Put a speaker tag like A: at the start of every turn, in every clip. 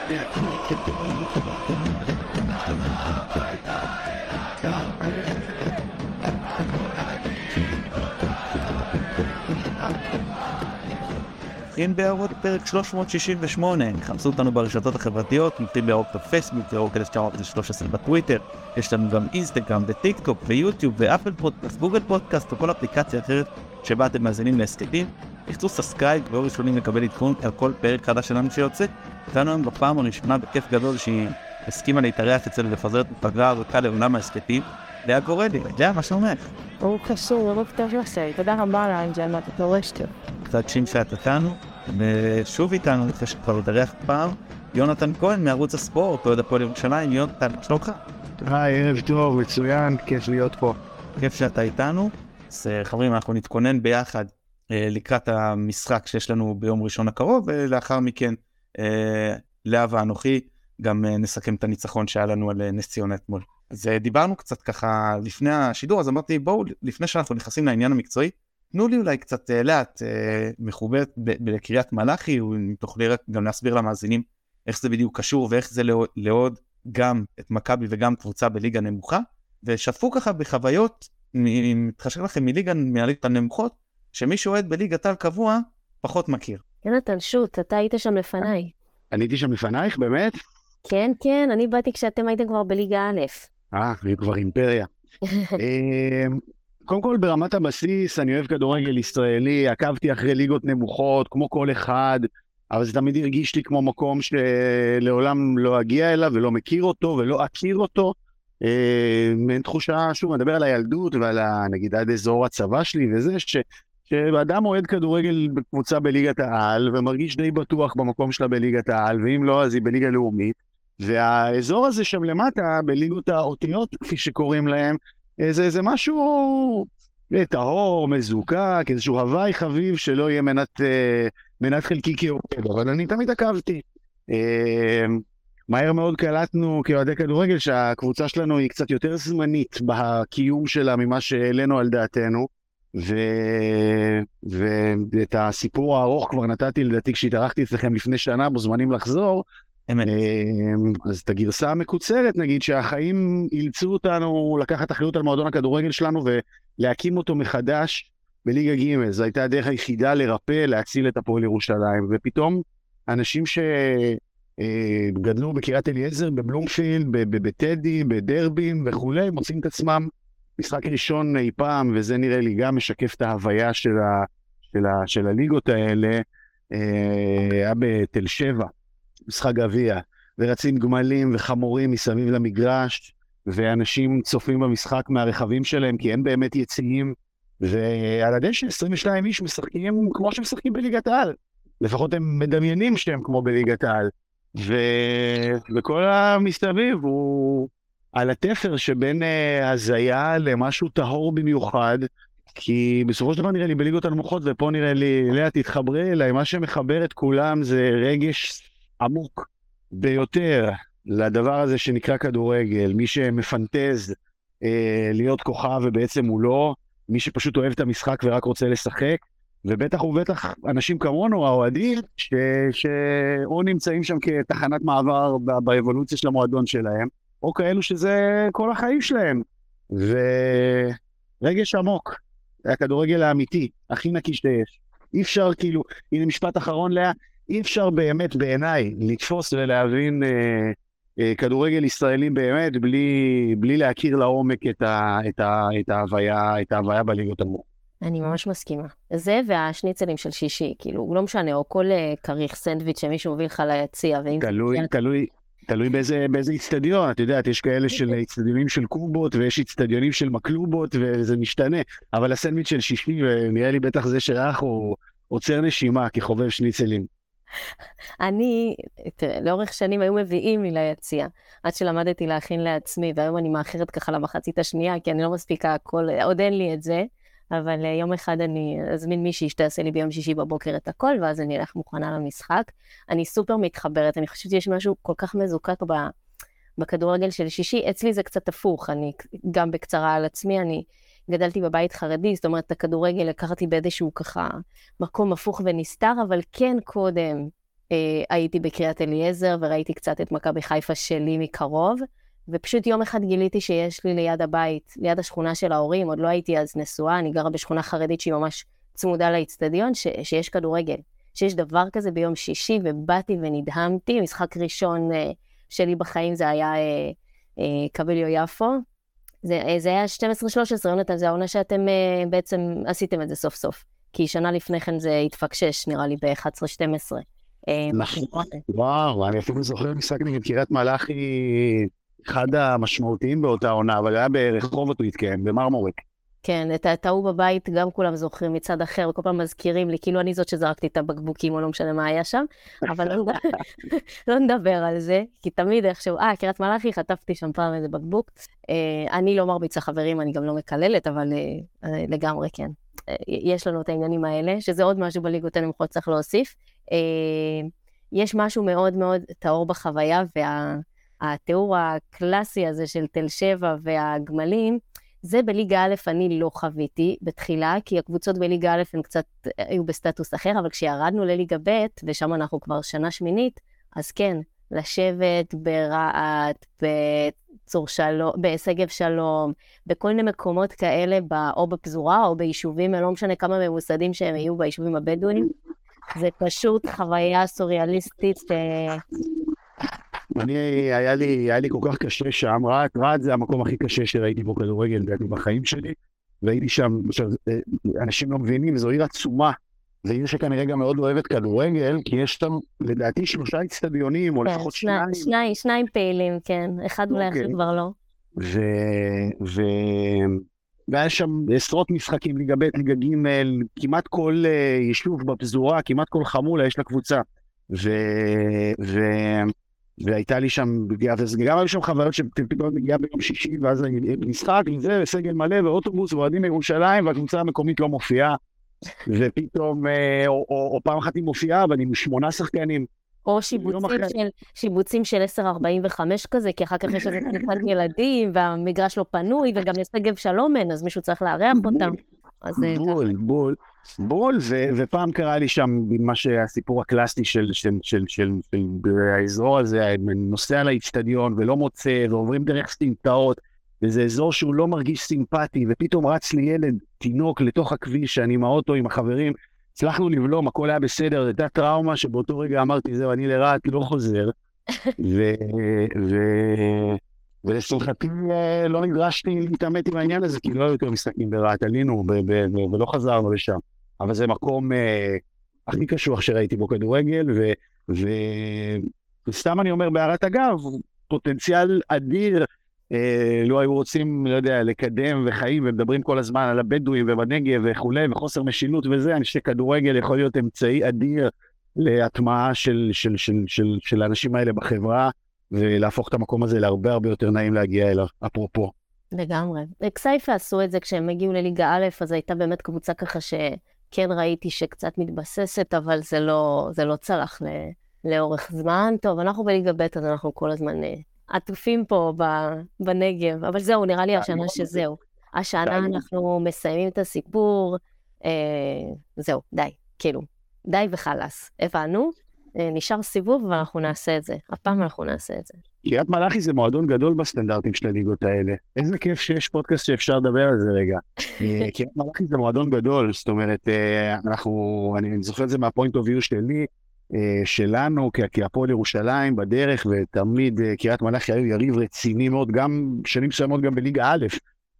A: אין בירוק פרק 368, חפשו אותנו ברשתות החברתיות, נמצאים בירוק בפייסבוק, בירוק 1913 בטוויטר, יש לנו גם אינסטגרם וטיקטוק ויוטיוב ואפל פודקאסט, גוגל פודקאסט וכל אפליקציה אחרת שבה אתם מאזינים להסכתים. תחצו סאבסקרייב והיו ראשונים לקבל עדכון על כל פרק חדש שלנו שיוצא. איתנו היום בפעם הראשונה בכיף גדול שהיא הסכימה להתארח אצל לפזר את הפגרה הארוכה לעולם ההסכתים. לאה גורלי, לאה, מה שלומך?
B: הוא קשור, ערב טוב יוסי, תודה רבה על האנג'ל, אתה דורש טוב.
A: קצת שאת איתנו, ושוב איתנו, לפני שכבר לדרך פעם, יונתן כהן מערוץ הספורט, אוהד הפועל ירושלים. יונתן, מה שלומך?
C: ערב טוב, מצוין, כיף להיות פה.
A: כיף שאתה איתנו. אז חברים, אנחנו נתכונן ביחד לקראת המשחק שיש לנו ביום ראשון הקרוב, ולאחר מכן לאה ואנוכי גם נסכם את הניצחון שהיה לנו על נס ציונה אתמול. אז דיברנו קצת ככה לפני השידור, אז אמרתי בואו, לפני שאנחנו נכנסים לעניין המקצועי, תנו לי אולי קצת לאט מחוברת בקריית מלאכי, אם תוכלי רק גם להסביר למאזינים איך זה בדיוק קשור, ואיך זה לעוד גם את מכבי וגם קבוצה בליגה נמוכה, ושתפו ככה בחוויות, מתחשק לכם מהליגות הנמוכות, שמי שאוהד בליגת העל קבוע פחות מכיר.
B: יונתן, שוט, אתה היית שם לפניי.
C: אני הייתי שם לפנייך, באמת?
B: כן, כן, אני באתי כשאתם הייתם כבר בליגה א'.
C: היא כבר אימפריה. קודם כל, ברמת הבסיס, אני אוהב כדורגל ישראלי, עקבתי אחרי ליגות נמוכות, כמו כל אחד, אבל זה תמיד הרגיש לי כמו מקום שלעולם לא אגיע אליו, ולא מכיר אותו, ולא אכיר אותו. אין תחושה, שוב, מדבר על הילדות, ועל נגיד עד אזור הצבא שלי, וזה שאדם אוהד כדורגל בקבוצה בליגת העל, ומרגיש די בטוח במקום שלה בליגת העל, ואם לא, אז היא בליגה לאומית, והאזור הזה שם למטה, בליגות האותיות, כפי שקוראים להם, זה משהו טהור, מזוקק, איזשהו הוואי חביב שלא יהיה מנת חלקי כאוהד, אבל אני תמיד עקבתי. מהר מאוד קלטנו כאוהדי כדורגל שהקבוצה שלנו היא קצת יותר זמנית בקיום שלה ממה שהעלינו על דעתנו, ואת הסיפור הארוך כבר נתתי לדעתי כשהתארחתי אצלכם לפני שנה, מוזמנים לחזור. אז את הגרסה המקוצרת, נגיד שהחיים אילצו אותנו לקחת אחריות על מועדון הכדורגל שלנו ולהקים אותו מחדש בליגה ג'. זו הייתה הדרך היחידה לרפא, להציל את הפועל ירושלים, ופתאום אנשים שגדלו בקריית אליעזר, בבלומפילד, בטדי, בדרבים וכולי, מוצאים את עצמם משחק ראשון אי פעם, וזה נראה לי גם משקף את ההוויה של הליגות האלה. היה בתל שבע, משחק גביע, ורצים גמלים וחמורים מסביב למגרש, ואנשים צופים במשחק מהרכבים שלהם, כי הם באמת יציאים, ועל הדשא 22 איש משחקים כמו שמשחקים בליגת העל. לפחות הם מדמיינים שהם כמו בליגת העל. וכל המסביב הוא על התפר שבין הזיה למשהו טהור במיוחד, כי בסופו של דבר נראה לי בליגות הנמוכות, ופה נראה לי, לאה תתחברי אליי, מה שמחבר את כולם זה רגש עמוק ביותר לדבר הזה שנקרא כדורגל, מי שמפנטז להיות כוכב ובעצם הוא לא, מי שפשוט אוהב את המשחק ורק רוצה לשחק, ובטח ובטח אנשים כמונו, האוהדים, שאו נמצאים שם כתחנת מעבר באבולוציה של המועדון שלהם, או כאלו שזה כל החיים שלהם, ורגש עמוק, הכדורגל האמיתי, הכי נקי שיש. אי אפשר כאילו, הנה משפט אחרון לאה, אי אפשר באמת בעיניי לתפוס ולהבין כדורגל ישראלים באמת בלי להכיר לעומק את ההוויה בליגות הנמוכות.
B: אני ממש מסכימה. זה והשניצלים של שישי, כאילו, לא משנה, או כל כריך סנדוויץ' שמישהו מוביל לך ליציע.
C: תלוי באיזה אצטדיון, את יודעת, יש כאלה של אצטדיונים של קובות, ויש אצטדיונים של מקלובות, וזה משתנה, אבל הסנדוויץ' של שישי, נראה לי בטח זה שלך, הוא עוצר נשימה כחובב שניצלים.
B: לאורך שנים היו מביאים לי ליציע, עד שלמדתי להכין לעצמי, והיום אני מאחרת ככה למחצית השנייה, כי אני לא מספיקה הכל, עוד אין לי את זה, אבל יום אחד אני אזמין מישהי שתעשה לי ביום שישי בבוקר את הכל, ואז אני אלך מוכנה למשחק. אני סופר מתחברת, אני חושבת שיש משהו כל כך מזוקק בכדורגל של שישי, אצלי זה קצת הפוך, אני גם בקצרה על עצמי, אני גדלתי בבית חרדי, זאת אומרת, את הכדורגל לקחתי באיזשהו ככה מקום הפוך ונסתר, אבל כן קודם הייתי בקריית אליעזר וראיתי קצת את מכבי חיפה שלי מקרוב, ופשוט יום אחד גיליתי שיש לי ליד הבית, ליד השכונה של ההורים, עוד לא הייתי אז נשואה, אני גרה בשכונה חרדית שהיא ממש צמודה לאצטדיון, שיש כדורגל, שיש דבר כזה ביום שישי, ובאתי ונדהמתי, משחק ראשון שלי בחיים זה היה קבליו יפו, זה היה 12-13, יונתן, זה העונה שאתם בעצם עשיתם את זה סוף סוף, כי שנה לפני כן זה התפקשש, נראה לי ב-11-12.
C: נכון, וואו, אני אפילו זוכר משחק נגד קריית מלאכי, אחד המשמעותיים באותה עונה, אבל היה ברחובות הוא התקיים, במרמורק.
B: כן, את ההוא בבית גם כולם זוכרים מצד אחר, וכל פעם מזכירים לי, כאילו אני זאת שזרקתי את הבקבוקים, או לא משנה מה היה שם, אבל לא נדבר על זה, כי תמיד איכשהו, קריית מלאכי, חטפתי שם פעם איזה בקבוק. אני לא מרביץ לחברים, אני גם לא מקללת, אבל לגמרי כן. יש לנו את העניינים האלה, שזה עוד משהו בליגות הנמוכות צריך להוסיף. יש משהו מאוד מאוד טהור בחוויה, והתיאור הקלאסי הזה של תל שבע והגמלים, זה בליגה א' אני לא חוויתי בתחילה, כי הקבוצות בליגה א' הן קצת היו בסטטוס אחר, אבל כשירדנו לליגה ב', ושם אנחנו כבר שנה שמינית, אז כן, לשבת ברעת, בצור שלום, בשגב שלום, בכל מיני מקומות כאלה, או בפזורה או ביישובים, לא משנה כמה ממוסדים שהם היו ביישובים הבדואים, זה פשוט חוויה סוריאליסטית.
C: היה לי כל כך קשה שם, רעת זה המקום הכי קשה שראיתי בו כדורגל בחיים שלי, והייתי שם, אנשים לא מבינים, זו עיר עצומה, זו עיר שכנראה גם מאוד אוהבת כדורגל, כי יש שם לדעתי 3 אצטדיונים, או לפחות 2.
B: שניים פעילים, כן, אחד אולי אחר כבר לא.
C: והיה שם עשרות משחקים, ליגה ב', ליגה ג', כמעט כל יישוב בפזורה, כמעט כל חמולה יש לה קבוצה, והייתה לי שם, וגם היו שם חוויות שפתאום מגיעה ביום שישי, ואז משחק, וזה, סגל מלא, ואוטובוס, ועדים מירושלים, והקבוצה המקומית לא מופיעה, ופתאום, או פעם אחת היא מופיעה, אבל עם 8 שחקנים.
B: או שיבוצים של 10:45 כזה, כי אחר כך יש איזה קבוצת ילדים, והמגרש לא פנוי, וגם לסגב שלום אין, אז מישהו צריך לארח אותם.
C: בול, ופעם קרה לי שם מה שהסיפור הקלאסי של האזור הזה, נוסע לאצטדיון ולא מוצא, ועוברים דרך סמטאות, וזה אזור שהוא לא מרגיש סימפטי, ופתאום רץ לי ילד, תינוק, לתוך הכביש, שאני עם האוטו, עם החברים, הצלחנו לבלום, הכל היה בסדר, זו הייתה טראומה שבאותו רגע אמרתי, זהו, אני לרעת, לא חוזר, ולשמחתי לא נדרשתי להתעמת עם העניין הזה, כי לא היו יותר משחקים ברעת, עלינו ולא חזרנו לשם. אבל זה מקום הכי קשוח שראיתי בו כדורגל, וסתם אני אומר בהערת אגב, פוטנציאל אדיר, לא היו רוצים, לא יודע, לקדם וחיים, ומדברים כל הזמן על הבדואים ובנגב וכולי, וחוסר משילות וזה, אני חושב שכדורגל יכול להיות אמצעי אדיר להטמעה של האנשים האלה בחברה, ולהפוך את המקום הזה להרבה הרבה יותר נעים להגיע אליו, אפרופו.
B: לגמרי. כסייפה עשו את זה כשהם הגיעו לליגה א', אז הייתה באמת קבוצה ככה שכן ראיתי שקצת מתבססת, אבל זה לא צלח לאורך זמן. טוב, אנחנו בליגה ב', אז אנחנו כל הזמן עטופים פה בנגב, אבל זהו, נראה לי השנה שזהו. השנה אנחנו מסיימים את הסיפור, זהו, די, כאילו, די וחלס. הבנו, נשאר סיבוב ואנחנו נעשה את זה. הפעם אנחנו נעשה את זה.
C: קריית מלאכי זה מועדון גדול בסטנדרטים של הליגות האלה. איזה כיף שיש פודקאסט שאפשר לדבר על זה רגע. קריית מלאכי זה מועדון גדול, זאת אומרת, אני זוכר את זה מהפוינט אוף ויו שלי, שלנו כהפועל ירושלים בדרך, ותמיד קריית מלאכי היו יריב רציני מאוד, גם שנים מסוימות גם בליגה א',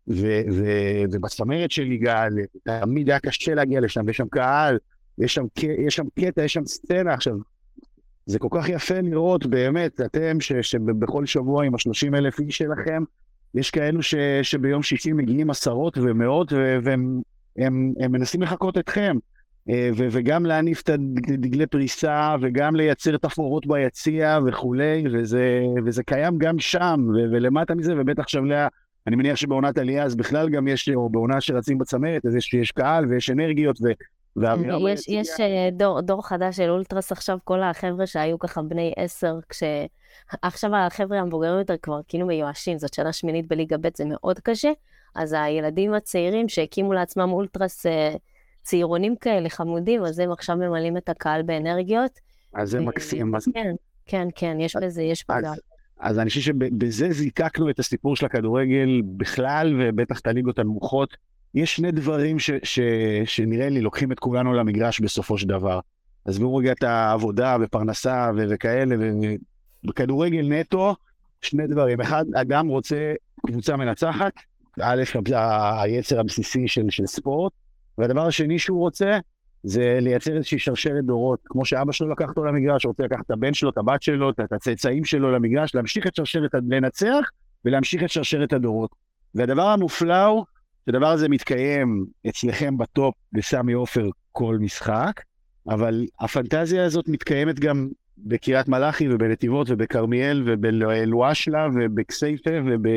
C: ובצמרת של ליגה א', תמיד היה קשה להגיע לשם, ויש שם קהל, יש שם קטע, יש שם סצנה. עכשיו, זה כל כך יפה לראות באמת, אתם שבכל שבוע עם 30,000 איש שלכם, יש כאלו שביום שישי מגיעים עשרות ומאות, והם מנסים לחכות אתכם, וגם להניף את דגלי פריסה, וגם לייצר תפאורות ביציע וכולי, וזה קיים גם שם, ולמטה מזה, ובטח עכשיו אני מניח שבעונת עלייה, אז בכלל גם יש, או בעונה שרצים בצמרת, אז יש קהל ויש אנרגיות,
B: יש דור חדש של אולטרס עכשיו, כל החבר'ה שהיו ככה בני 10, עכשיו החבר'ה המבוגרים יותר כבר כאילו מיואשים, זאת שנה שמינית בליגה ב', זה מאוד קשה, אז הילדים הצעירים שהקימו לעצמם אולטרס צעירונים כאלה חמודים, אז הם עכשיו ממלאים את הקהל באנרגיות.
C: אז זה מקסים.
B: כן, כן, כן, יש בזה, יש בזה.
C: אז אני חושב שבזה זיקקנו את הסיפור של הכדורגל בכלל, ובטח את הליגות הנמוכות. יש שני דברים שנראה לי לוקחים את כולנו למגרש בסופו של דבר. אז בואו רגע את העבודה ופרנסה וכאלה, ובכדורגל נטו, שני דברים. אחד, אדם רוצה קבוצה מנצחת, א', היצר הבסיסי של ספורט, והדבר השני שהוא רוצה, זה לייצר איזושהי שרשרת דורות, כמו שאבא שלו לקח אותו למגרש, רוצה לקחת את הבן שלו, את הבת שלו, את הצאצאים שלו למגרש, להמשיך את שרשרת, לנצח, ולהמשיך את שרשרת הדורות. והדבר המופלא הוא, שהדבר הזה מתקיים אצלכם בטופ בסמי עופר כל משחק, אבל הפנטזיה הזאת מתקיימת גם בקריית מלאכי ובנתיבות ובקרמיאל ובלואשלה ובכסייפה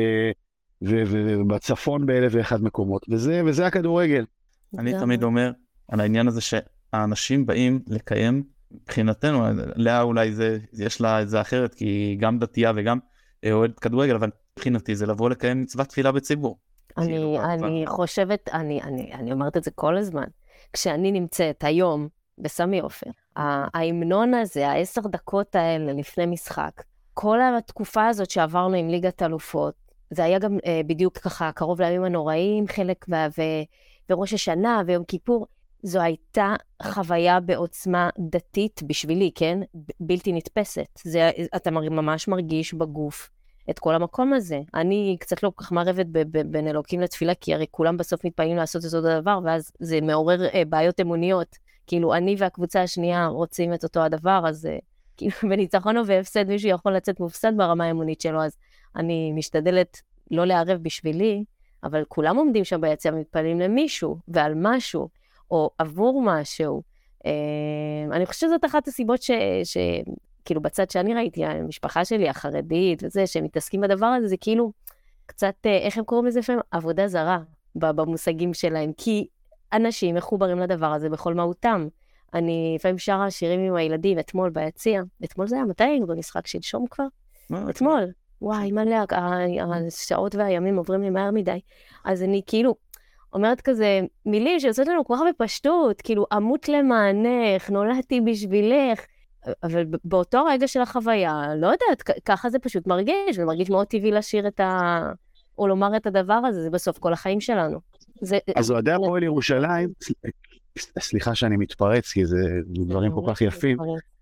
C: ובצפון באלף ואחד מקומות. וזה הכדורגל.
A: אני תמיד אומר על העניין הזה שהאנשים באים לקיים, מבחינתנו, לאה אולי יש לה את זה אחרת, כי היא גם דתייה וגם אוהדת כדורגל, אבל מבחינתי זה לבוא לקיים מצוות תפילה בציבור.
B: אני חושבת, אני אומרת את זה כל הזמן. כשאני נמצאת היום בסמי עופר, ההמנון הזה, 10 דקות האלה לפני משחק, כל התקופה הזאת שעברנו עם ליגת אלופות, זה היה גם בדיוק ככה קרוב לימים הנוראים, חלק וראש השנה ויום כיפור, זו הייתה חוויה בעוצמה דתית בשבילי, כן? בלתי נתפסת. אתה ממש מרגיש בגוף את כל המקום הזה. אני קצת לא כל כך מערבת בין אלוקים לתפילה, כי הרי כולם בסוף מתפעלים לעשות את אותו דבר, ואז זה מעורר בעיות אמוניות. כאילו, אני והקבוצה השנייה רוצים את אותו הדבר, אז כאילו, בניצחון או בהפסד, מישהו יכול לצאת מופסד ברמה האמונית שלו, אז אני משתדלת לא לערב בשבילי, אבל כולם עומדים שם ביציאה מתפעלים למישהו, ועל משהו, או עבור משהו. אני חושבת שזאת אחת הסיבות כאילו בצד שאני ראיתי, המשפחה שלי, החרדית וזה, שהם מתעסקים בדבר הזה, זה כאילו קצת, איך הם קוראים לזה לפעמים? עבודה זרה במושגים שלהם, כי אנשים מחוברים לדבר הזה בכל מהותם. אני לפעמים שרה שירים עם הילדים, אתמול ביציע, אתמול זה היה, מתי היינו במשחק שלשום כבר? אתמול. וואי, מלא, השעות והימים עוברים לי מהר מדי. אז אני כאילו אומרת כזה, מילים שיוצאות לנו כל כך בפשטות, כאילו, אמות למענך, נולדתי בשבילך, אבל באותו רגע של החוויה, לא יודעת, ככה זה פשוט מרגיש, זה מרגיש מאוד טבעי לשיר או לומר את הדבר הזה, זה בסוף כל החיים שלנו.
C: אז אוהדי הפועל ירושלים, סליחה שאני מתפרץ, כי זה דברים כל כך יפים,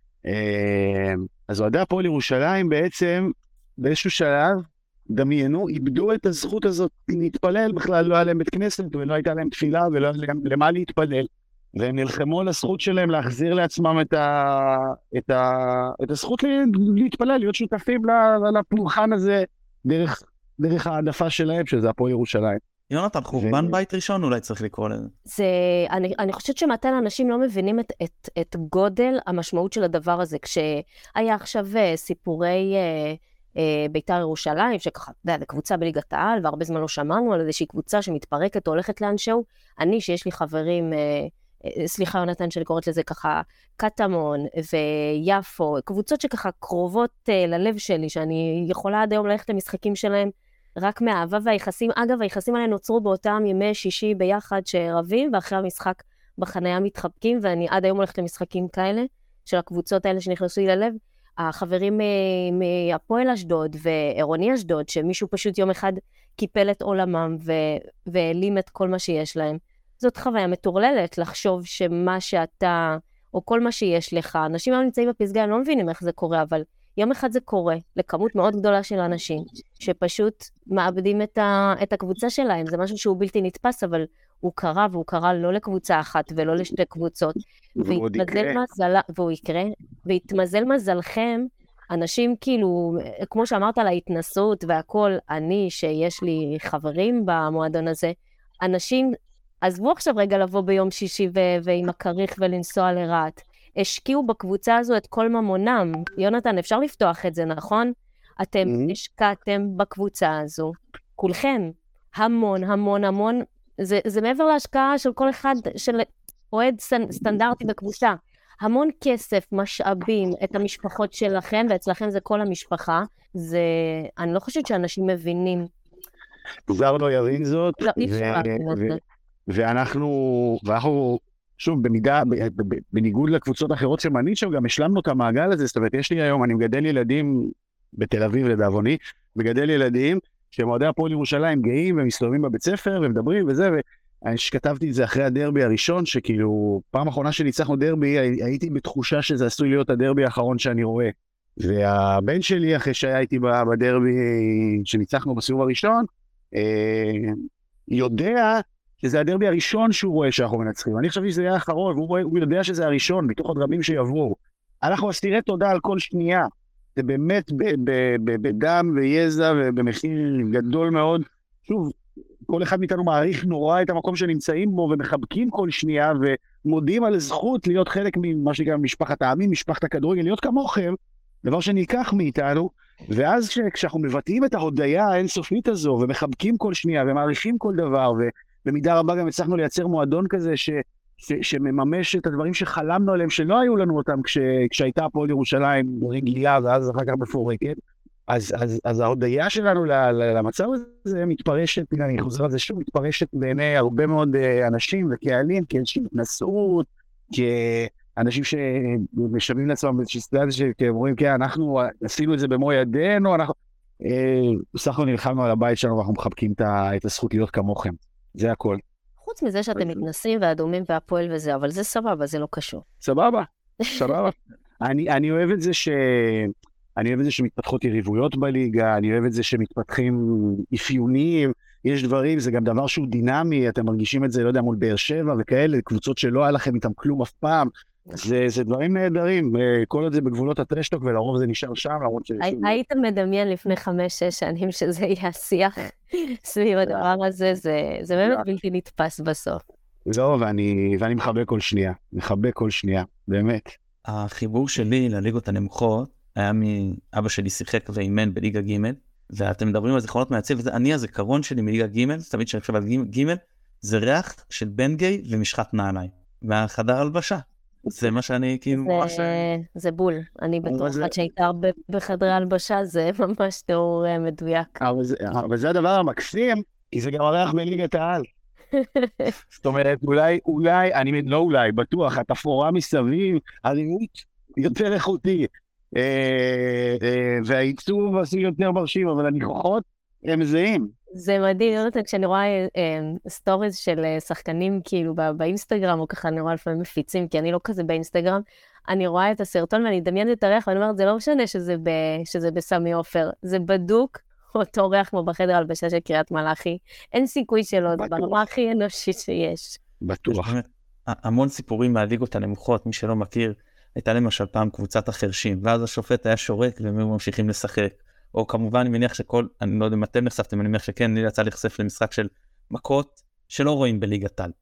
C: אז אוהדי הפועל ירושלים בעצם, באיזשהו שלב, דמיינו, איבדו את הזכות הזאת להתפלל, בכלל לא היה להם בית כנסת, ולא הייתה להם תפילה, ולא היה להם למה להתפלל. והם נלחמו על הזכות שלהם להחזיר לעצמם את הזכות להתפלל, להיות שותפים לפולחן הזה, דרך העדפה שלהם, שזה הפועל ירושלים.
A: יונתן, חורבן בית ראשון אולי צריך לקרוא לזה.
B: אני חושבת שמתן אנשים לא מבינים את גודל המשמעות של הדבר הזה, כשהיה עכשיו סיפורי בית"ר ירושלים, שככה, זה קבוצה בליגת העל, והרבה זמן לא שמענו על איזושהי קבוצה שמתפרקת או הולכת לאנשהו. אני, שיש לי חברים, סליחה יונתן שאני קוראת לזה ככה, קטמון ויפו, קבוצות שככה קרובות ללב שלי, שאני יכולה עד היום ללכת למשחקים שלהם, רק מהאהבה והיחסים. אגב, היחסים האלה נוצרו באותם ימי שישי ביחד שרבים, ואחרי המשחק בחניה מתחבקים, ואני עד היום הולכת למשחקים כאלה, של הקבוצות האלה שנכנסו לי ללב. החברים מהפועל אשדוד ועירוני אשדוד, שמישהו פשוט יום אחד קיפל את עולמם והעלים את כל מה שיש להם. זאת חוויה מטורללת לחשוב שמה שאתה, או כל מה שיש לך, אנשים היום נמצאים בפסגה, הם לא מבינים איך זה קורה, אבל יום אחד זה קורה לכמות מאוד גדולה של אנשים, שפשוט מאבדים את הקבוצה שלהם. זה משהו שהוא בלתי נתפס, אבל הוא קרה, והוא קרה לא לקבוצה אחת ולא לשתי קבוצות. והוא יקרה, והתמזל מזלכם, אנשים כאילו, כמו שאמרת על ההתנסות והכל, אני שיש לי חברים במועדון הזה, אנשים עזבו עכשיו רגע לבוא ביום שישי ועם הכריך ולנסוע לרעת. השקיעו בקבוצה הזו את כל ממונם. יונתן, אפשר לפתוח את זה, נכון? אתם השקעתם בקבוצה הזו. כולכם. המון, המון, המון. זה מעבר להשקעה של כל אחד, של אוהד סטנדרטי בקבוצה. המון כסף, משאבים, את המשפחות שלכם, ואצלכם זה כל המשפחה. אני לא חושבת שאנשים מבינים.
C: זר לא יבין זאת.
B: לא, אי אפשר.
C: ואנחנו שוב, בניגוד לקבוצות אחרות שמנית שם, גם השלמנו את המעגל הזה, זאת אומרת, יש לי היום, אני מגדל ילדים בתל אביב לדאבוני, מגדל ילדים שמועדי הפועל ירושלים גאים ומסתובבים בבית ספר ומדברים וזה, ואני שכתבתי את זה אחרי הדרבי הראשון, שכאילו, פעם אחרונה שניצחנו דרבי, הייתי בתחושה שזה עשוי להיות הדרבי האחרון שאני רואה. והבן שלי, אחרי שהיה איתי בדרבי שניצחנו בסיבוב הראשון, יודע שזה הדרבי הראשון שהוא רואה שאנחנו מנצחים. אני חשבתי שזה היה האחרון, והוא יודע שזה הראשון, מתוך עוד רבים שיעברו. אנחנו אסירי תודה על כל שנייה. זה באמת בדם ויזע ובמחיר גדול מאוד. שוב, כל אחד מאיתנו מעריך נורא את המקום שנמצאים בו, ומחבקים כל שנייה, ומודים על זכות להיות חלק ממה שנקרא משפחת העמים, משפחת הכדורגל, להיות כמוכם, דבר שניקח מאיתנו, ואז כשאנחנו מבטאים את ההודיה האינסופית הזו, ומחבקים כל שנייה, ומעריכים כל דבר, ובמידה רבה גם הצלחנו לייצר מועדון כזה, שמממש את הדברים שחלמנו עליהם, שלא היו לנו אותם כשהייתה הפועל ירושלים רגילה, ואז אחר כך מפורקת, אז ההודיה שלנו למצב הזה מתפרשת, אני חוזר על זה שוב, מתפרשת בעיני הרבה מאוד אנשים וקהלים, כאיזושהי התנסות, כאנשים שמשווים לעצמם באיזושהי סיטואציה שאומרים, כן, אנחנו עשינו את זה במו ידינו, אנחנו בסך הכל נלחמנו על הבית שלנו, ואנחנו מחבקים את הזכות להיות כמוכם. זה הכל.
B: חוץ מזה שאתם מתנסים והאדומים והפועל וזה, אבל זה סבבה, זה לא קשור.
C: סבבה. אני אוהב את זה אני אוהב את זה שמתפתחות יריבויות בליגה, אני אוהב את זה שמתפתחים אפיונים, יש דברים, זה גם דבר שהוא דינמי, אתם מרגישים את זה, לא יודע, מול באר שבע וכאלה, קבוצות שלא היה לכם איתם כלום אף פעם, זה דברים נהדרים, כל עוד זה בגבולות הטרשטוק, ולרוב זה נשאר שם, למרות ש...
B: היית מדמיין לפני 5-6 שנים שזה יהיה השיח סביב הדבר הזה, זה באמת בלתי נתפס בסוף.
C: לא, ואני מחבק כל שנייה, באמת.
A: החיבור שלי לליגות הנמוכות, היה מאבא שלי שיחק ואימן בליגה ג' ואתם מדברים על זיכרונות מהציל, אני הזיכרון שלי מליגה ג', תמיד שאני חושב על ג', זה ריח של בן גיי ומשחת נעליים, מהחדר הלבשה. זה מה שאני כאילו ממש...
B: זה בול, אני בתור אחת שהייתה הרבה בחדרי הלבשה, זה ממש תיאור מדויק.
C: אבל זה הדבר המקסים, כי זה גם הריח בליגת העל. זאת אומרת, אולי, בטוח, התפאורה מסביב, הלימות יותר איכותי. והעיצוב עשו יותר מרשים, אבל הניחוחות הם זהים.
B: זה מדהים, יונתן, כשאני רואה סטוריז של שחקנים כאילו באינסטגרם, או ככה אני רואה לפעמים מפיצים, כי אני לא כזה באינסטגרם, אני רואה את הסרטון ואני מדמיינת את הריח, ואני אומרת, זה לא משנה שזה בסמי עופר, זה בדוק אותו ריח כמו בחדר הלבשה של קריית מלאכי, אין סיכוי שלו, זה ברמה הכי אנושית שיש.
C: בטוח.
A: המון סיפורים מהליגות הנמוכות, מי שלא מכיר, הייתה למשל פעם קבוצת החרשים, ואז השופט היה שורק והם ממשיכים לשחק. או כמובן, אני מניח אני לא יודע אם אתם נחשפתם, אני מניח שכן, לי יצא להיחשף למשחק של מכות שלא רואים בליגת העל.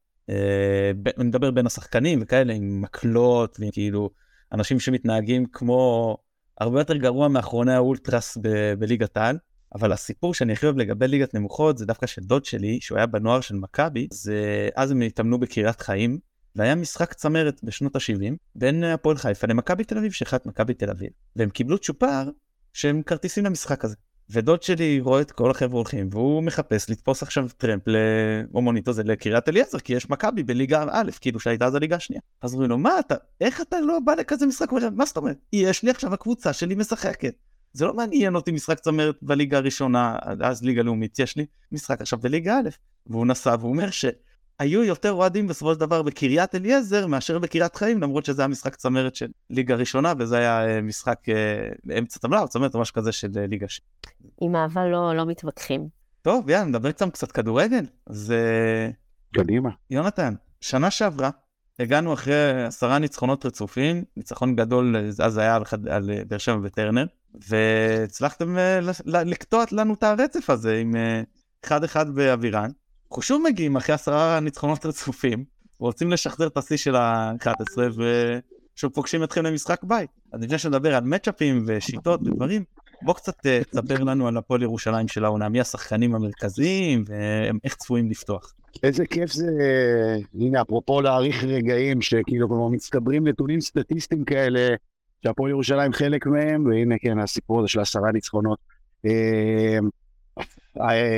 A: אני מדבר בין השחקנים וכאלה, עם מקלות, וכאילו, אנשים שמתנהגים כמו הרבה יותר גרוע מאחרוני האולטרס בליגת העל. אבל הסיפור שאני הכי אוהב לגבי ליגת נמוכות, זה דווקא של דוד שלי, שהוא היה בנוער של מכבי, אז הם התאמנו בקריית חיים, והיה משחק צמרת בשנות ה-70, בין הפועל חיפה למכבי תל אביב, שחת מכבי תל אביב. והם קיבלו צ'ופר שהם כרטיסים למשחק הזה. ודוד שלי רואה את כל החבר'ה הולכים, והוא מחפש לתפוס עכשיו טרמפ למוניטו זה לקריית אליעזר, כי יש מכבי בליגה א', כאילו שהייתה אז הליגה השנייה. אז אומרים לו, איך אתה לא בא לכזה משחק? מה זאת אומרת? יש לי עכשיו הקבוצה שלי משחקת. זה לא מעניין אותי משחק צמרת בליגה הראשונה, אז ליגה לאומית, יש לי משחק עכשיו בליגה א'. והוא נסע, והוא אומר שהיו יותר אוהדים בסופו של דבר בקריית אליעזר, מאשר בקריית חיים, למרות שזה היה משחק צמרת של ליגה ראשונה, וזה היה משחק אמצע טבלה, או צמרת או משהו כזה של ליגה שנייה.
B: עם אהבה לא מתווכחים.
A: טוב, יאללה, נדבר קצת כדורגל. אז
C: קדימה.
A: יונתן, שנה שעברה, הגענו אחרי 10 ניצחונות רצופים, ניצחון גדול, אז היה על באר שבע וטרנר, והצלחתם לקטוע לנו את הרצף הזה עם 1-1 באווירן. אנחנו שוב מגיעים אחרי 10 ניצחונות רצופים, רוצים לשחזר את השיא של ה-11, ושוב פוגשים אתכם למשחק בית. אז לפני שנדבר על מצ'אפים ושיטות ודברים, בוא קצת תספר לנו על הפועל ירושלים של העונה, מי השחקנים המרכזיים, ואיך צפויים לפתוח.
C: איזה כיף זה, הנה, אפרופו להעריך רגעים, שכאילו כמו מצטברים נתונים סטטיסטיים כאלה, שהפועל ירושלים חלק מהם, והנה כן, הסיפור הזה של 10 ניצחונות.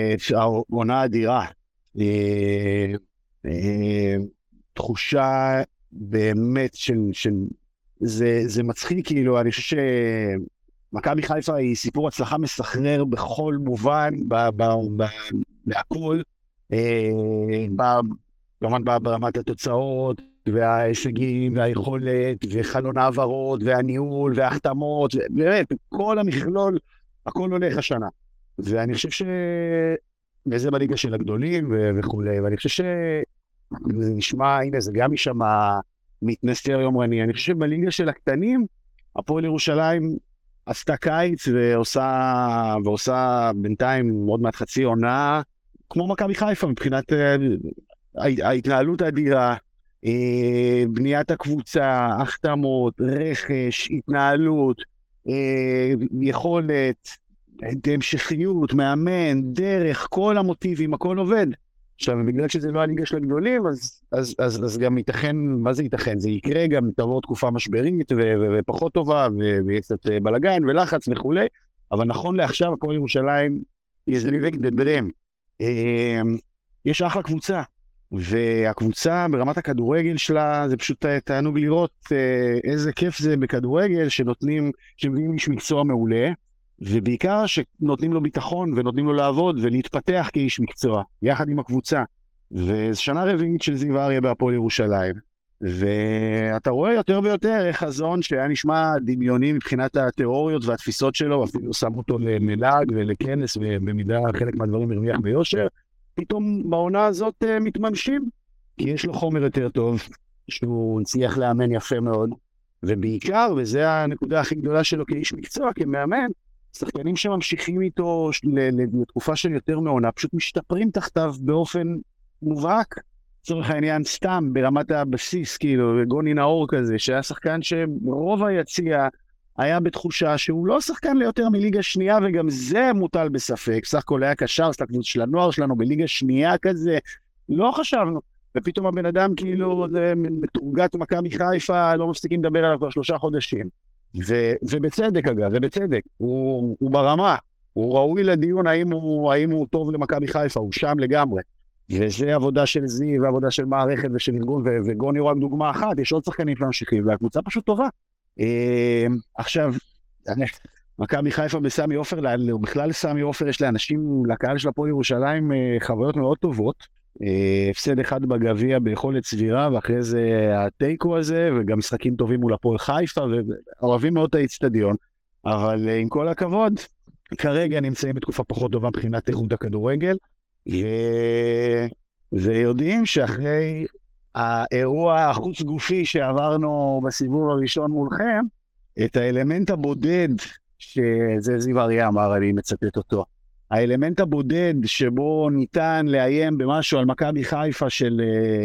C: העונה אדירה, תחושה באמת זה מצחיק, כאילו, אני חושב שמכבי חיפה היא סיפור הצלחה מסחרר בכל מובן, בהכל, כמובן ברמת התוצאות, וההישגים, והיכולת, וחלון העברות, והניהול, וההחתמות, באמת, כל המכלול, הכל הולך השנה. ואני חושב וזה בליגה של הגדולים וכולי, ואני חושב זה נשמע, הנה, זה גם משמה מתנסר יומרני. אני חושב בליגה של הקטנים, הפועל ירושלים עשתה קיץ ועושה בינתיים עוד מעט חצי עונה, כמו מכבי חיפה, מבחינת ההתנהלות האדירה, בניית הקבוצה, החתמות, רכש, התנהלות, יכולת, המשכיות, מאמן, דרך, כל המוטיבים, הכל עובד. עכשיו, בגלל שזה לא הליגה של הגדולים, אז גם ייתכן, מה זה ייתכן? זה יקרה גם, תבוא תקופה משברית ופחות טובה, ויהיה קצת בלגן ולחץ וכולי, אבל נכון לעכשיו, הפועל ירושלים, יש אחלה קבוצה, והקבוצה ברמת הכדורגל שלה, זה פשוט תענוג לראות איזה כיף זה בכדורגל, שמביאים איש מקצוע מעולה, ובעיקר שנותנים לו ביטחון ונותנים לו לעבוד ולהתפתח כאיש מקצוע, יחד עם הקבוצה. וזו שנה רביעית של זיו אריה בהפועל ירושלים. ואתה רואה יותר ויותר איך חזון שהיה נשמע דמיוני מבחינת התיאוריות והתפיסות שלו, אפילו שם אותו למלאג ולכנס, ובמידה חלק מהדברים הרוויח ביושר, פתאום בעונה הזאת מתממשים, כי יש לו חומר יותר טוב, שהוא הצליח לאמן יפה מאוד, ובעיקר, וזו הנקודה הכי גדולה שלו כאיש מקצוע, כמאמן, שחקנים שממשיכים איתו לתקופה של יותר מעונה, פשוט משתפרים תחתיו באופן מובהק, צורך העניין סתם ברמת הבסיס, כאילו, גוני נאור כזה, שהיה שחקן שרוב היציע היה בתחושה שהוא לא שחקן ליותר מליגה שנייה, וגם זה מוטל בספק, סך הכל היה קשר, סטקבוץ של הנוער שלנו בליגה שנייה כזה, לא חשבנו, ופתאום הבן אדם כאילו, בתורגת מכבי חיפה, לא מפסיקים לדבר עליו כבר 3 חודשים. ובצדק אגב, ובצדק, הוא ברמה, הוא ראוי לדיון האם הוא טוב למכבי חיפה, הוא שם לגמרי. וזה עבודה של זיו, ועבודה של מערכת ושל ארגון, וגוני הוא רק דוגמה אחת, יש עוד שחקנים שממשיכים, והקבוצה פשוט טובה. עכשיו, מכבי חיפה בסמי עופר, בכלל סמי עופר יש לאנשים, לקהל של הפועל ירושלים, חוויות מאוד טובות, הפסד אחד בגביע ביכולת סבירה, ואחרי זה הטייקו הזה, וגם משחקים טובים מול הפועל חיפה, ואוהבים מאוד את האצטדיון, אבל עם כל הכבוד, כרגע נמצאים בתקופה פחות טובה מבחינת איכות הכדורגל, ויודעים שאחרי האירוע החוץ גופי שעברנו בסיבוב הראשון מולכם, את האלמנט הבודד, שזה זיו אריה אמר, אני מצטט אותו, האלמנט הבודד שבו ניתן לאיים במשהו על מכבי חיפה של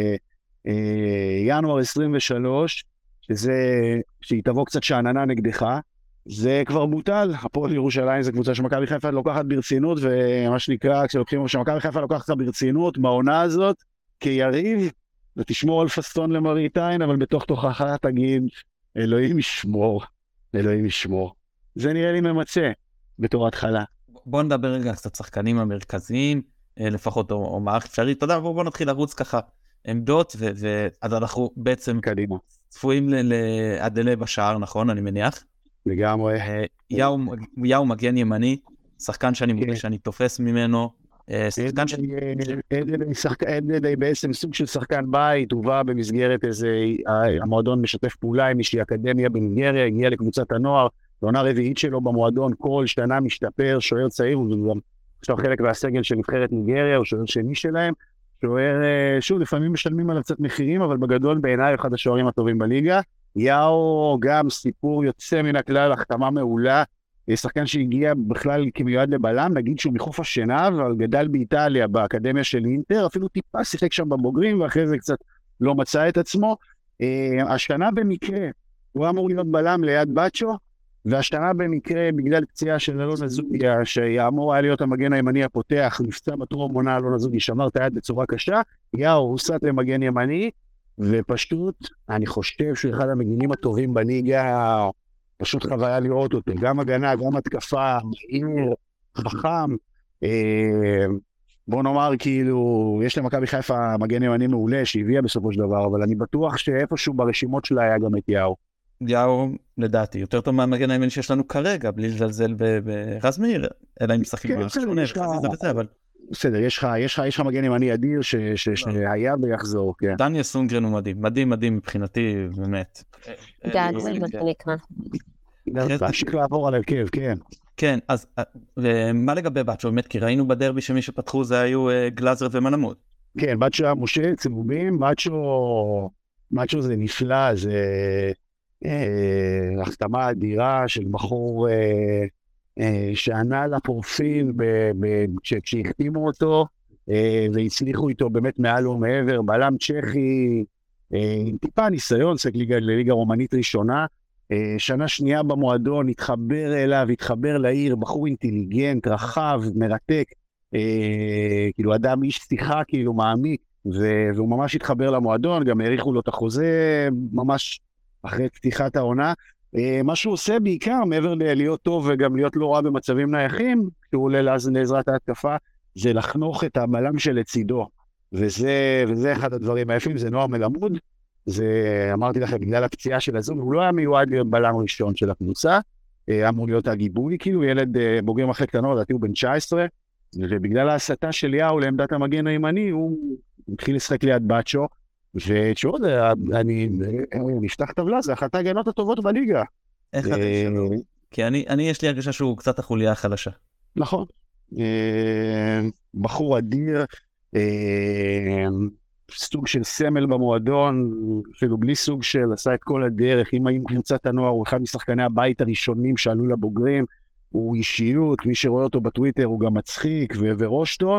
C: ינואר 23, שהיא תבוא קצת שעננה נגדך, זה כבר בוטל. הפועל ירושלים זה קבוצה שמכבי חיפה לוקחת ברצינות, ומה שנקרא, כשלוקחים שמכבי חיפה לוקחת ברצינות בעונה הזאת, כיריב, ותשמור על פסטון למראית עין, אבל בתוך תוכך תגיד, אלוהים ישמור, אלוהים ישמור. זה נראה לי ממצא בתור התחלה.
A: בוא נדבר רגע קצת שחקנים המרכזיים, לפחות או מערכת אפשרית. תודה, בוא נתחיל לרוץ ככה עמדות, אז אנחנו בעצם
C: קדימה.
A: צפויים לאדלה בשער, נכון? אני מניח.
C: לגמרי.
A: יאו מגן ימני, שחקן שאני מודה שאני תופס ממנו. שחקן
C: אדלה בעצם סוג של שחקן בית, הוא בא במסגרת איזה, המועדון משתף פעולה עם איזושהי אקדמיה בניגריה, הגיע לקבוצת הנוער, בעונה רביעית שלו במועדון, כל שנה משתפר, שוער צעיר, הוא גם עכשיו חלק מהסגל של נבחרת ניגריה, הוא שוער שני שלהם, שוער, שוב, לפעמים משלמים עליו קצת מחירים, אבל בגדול בעיניי אחד השוערים הטובים בליגה. יאו גם סיפור יוצא מן הכלל, החתמה מעולה, שחקן שהגיע בכלל כמיועד לבלם, נגיד שהוא מחוף השנהב, אבל גדל באיטליה, באקדמיה של אינטר, אפילו טיפה שיחק שם בבוגרים, ואחרי זה קצת לא מצא את עצמו. השנה במקרה, הוא אמור להיות בלם ליד בצ'ו, והשנה במקרה, בגלל פציעה של אלון אזוגיה, שיאמור היה להיות המגן הימני הפותח, נפצע בטרום עונה, אלון אזוגיה שמר את היד בצורה קשה, יאו הוסט למגן ימני, ופשוט, אני חושב שהוא אחד המגינים הטובים בליגה, פשוט חוויה לראות אותו, גם הגנה, גם התקפה, מהיר, חכם, בוא נאמר, כאילו, יש למכבי חיפה מגן ימני מעולה שהביאה בסופו של דבר, אבל אני בטוח שאיפשהו ברשימות שלה היה גם את יאו.
A: יאו, לדעתי, יותר טוב מהמגן הימני שיש לנו כרגע, בלי לזלזל ברז מאיר, אלא אם משחקים בשונה, אבל...
C: בסדר, יש לך מגן ימני אדיר שהיה ויחזור, כן.
A: דניאל סונגרן הוא מדהים, מדהים מבחינתי, באמת.
B: גד, זה מה שנקרא.
C: להמשיך לעבור על הרכב, כן.
A: כן, אז מה לגבי בצ'ו? באמת, כי ראינו בדרבי שמי שפתחו זה היו גלאזר ומלמוד.
C: כן, בצ'ו, משה, צהובים, בצ'ו זה נפלא, זה החתמה אדירה של בחור שענה לפרופיל כשהחתימו אותו, והצליחו איתו באמת מעל ומעבר, בלם צ'כי, טיפה ניסיון, לליגה רומנית ראשונה, שנה שנייה במועדון, התחבר אליו, התחבר לעיר, בחור אינטליגנט, רחב, מרתק, כאילו אדם איש שיחה, כאילו מעמיק, והוא ממש התחבר למועדון, גם העריכו לו את החוזה, ממש אחרי פתיחת העונה. מה שהוא עושה בעיקר, מעבר להיות טוב וגם להיות לא רע במצבים נייחים, כשהוא עולה לעזרת ההתקפה, זה לחנוך את הבלם שלצידו, וזה אחד הדברים היפים, זה נועם מלמוד, זה, אמרתי לכם, בגלל הפציעה של הזום, הוא לא היה מיועד להיות בלם ראשון של הקבוצה, אמור להיות הגיבוי, כאילו ילד בוגר מחלקת קטנות, לדעתי הוא בן 19, ובגלל ההסתה של יאו לעמדת המגן הימני, הוא התחיל לשחק ליד בצ'ו, ותשעות, אני נפתח טבלה, זה אחת ההגנות הטובות בליגה.
A: איך אתה שלא? כי אני יש לי הרגשה שהוא קצת החוליה החלשה.
C: נכון. בחור אדיר, סוג של סמל במועדון, אפילו בלי סוג של, עשה את כל הדרך, עם קבוצת הנוער, הוא אחד משחקני הבית הראשונים שעלו לבוגרים, הוא אישיות, מי שרואה אותו בטוויטר הוא גם מצחיק וראש טוב.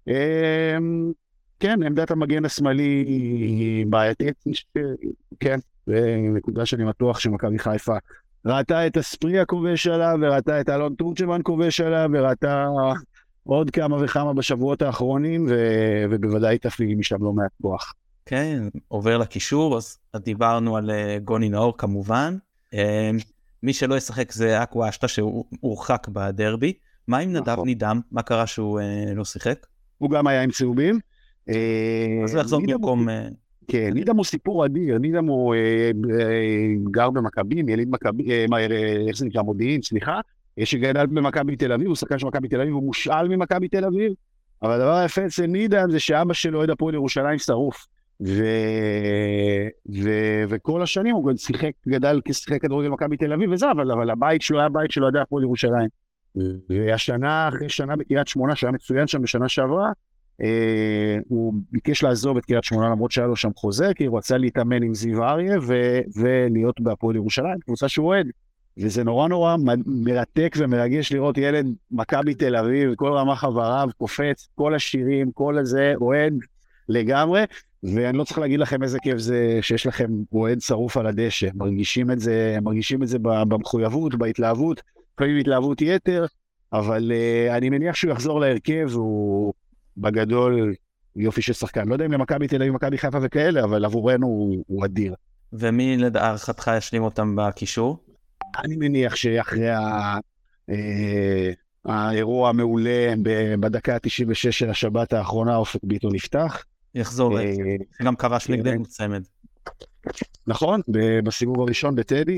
C: כן, עמדת המגן השמאלי היא בעייתית, כן, זה נקודה שאני בטוח שמכבי חיפה ראתה את הספרי הכובש עליו, וראתה את אלון תורג'מן כובש עליו, וראתה עוד כמה וכמה בשבועות האחרונים, ובוודאי תפליג משם לא מעט כוח.
A: כן, עובר לקישור, אז דיברנו על גוני נאור כמובן. מי שלא ישחק זה אקווה אשטה שהוא הורחק בדרבי. מה עם נדב נידם? מה קרה שהוא לא שיחק?
C: הוא גם היה עם צהובים.
A: אז הוא יחזור במקום...
C: כן, נידם הוא סיפור אדיר, נידם הוא גר במכבים, יליד מכבי, איך זה נקרא, מודיעין, סליחה, שגדל במכבי תל אביב, הוא שחקן של מכבי תל אביב, הוא מושאל ממכבי תל אביב, אבל הדבר היפה אצל נידם זה שאבא שלו אוהד הפועל ירושלים שרוף, וכל השנים הוא גדל כשחק כדורגל מכבי תל אביב וזה, אבל הבית שלו היה בית שלו אוהד הפועל ירושלים, והשנה אחרי שנה בקריית שמונה, שהיה מצוין שם בשנה שעברה, הוא ביקש לעזוב את קריית שמונה למרות שהיה לו שם חוזה, כי הוא רצה להתאמן עם זיו אריה ולהיות בהפועל ירושלים, קבוצה שהוא אוהד, וזה נורא נורא מרתק ומרגש לראות ילד מכבי תל אביב, כל רמ"ח איבריו קופץ, כל השירים, כל הזה, אוהד לגמרי, ואני לא צריך להגיד לכם איזה כיף זה שיש לכם אוהד שרוף על הדשא, מרגישים את זה במחויבות, בהתלהבות, לפעמים התלהבות יתר, אבל אני מניח שהוא יחזור להרכב, הוא בגדול יופי של שחקן, לא יודע אם למכבי תל אביב, מכבי חיפה וכאלה, אבל עבורנו הוא אדיר.
A: ומי לדעתך ישלים אותם בקישור?
C: אני מניח שאחרי האירוע המעולה בדקה ה-96 של השבת האחרונה, אופק ביטון נפתח.
A: יחזור, גם כבש נגדנו צמד.
C: נכון, בסיבוב הראשון בטדי.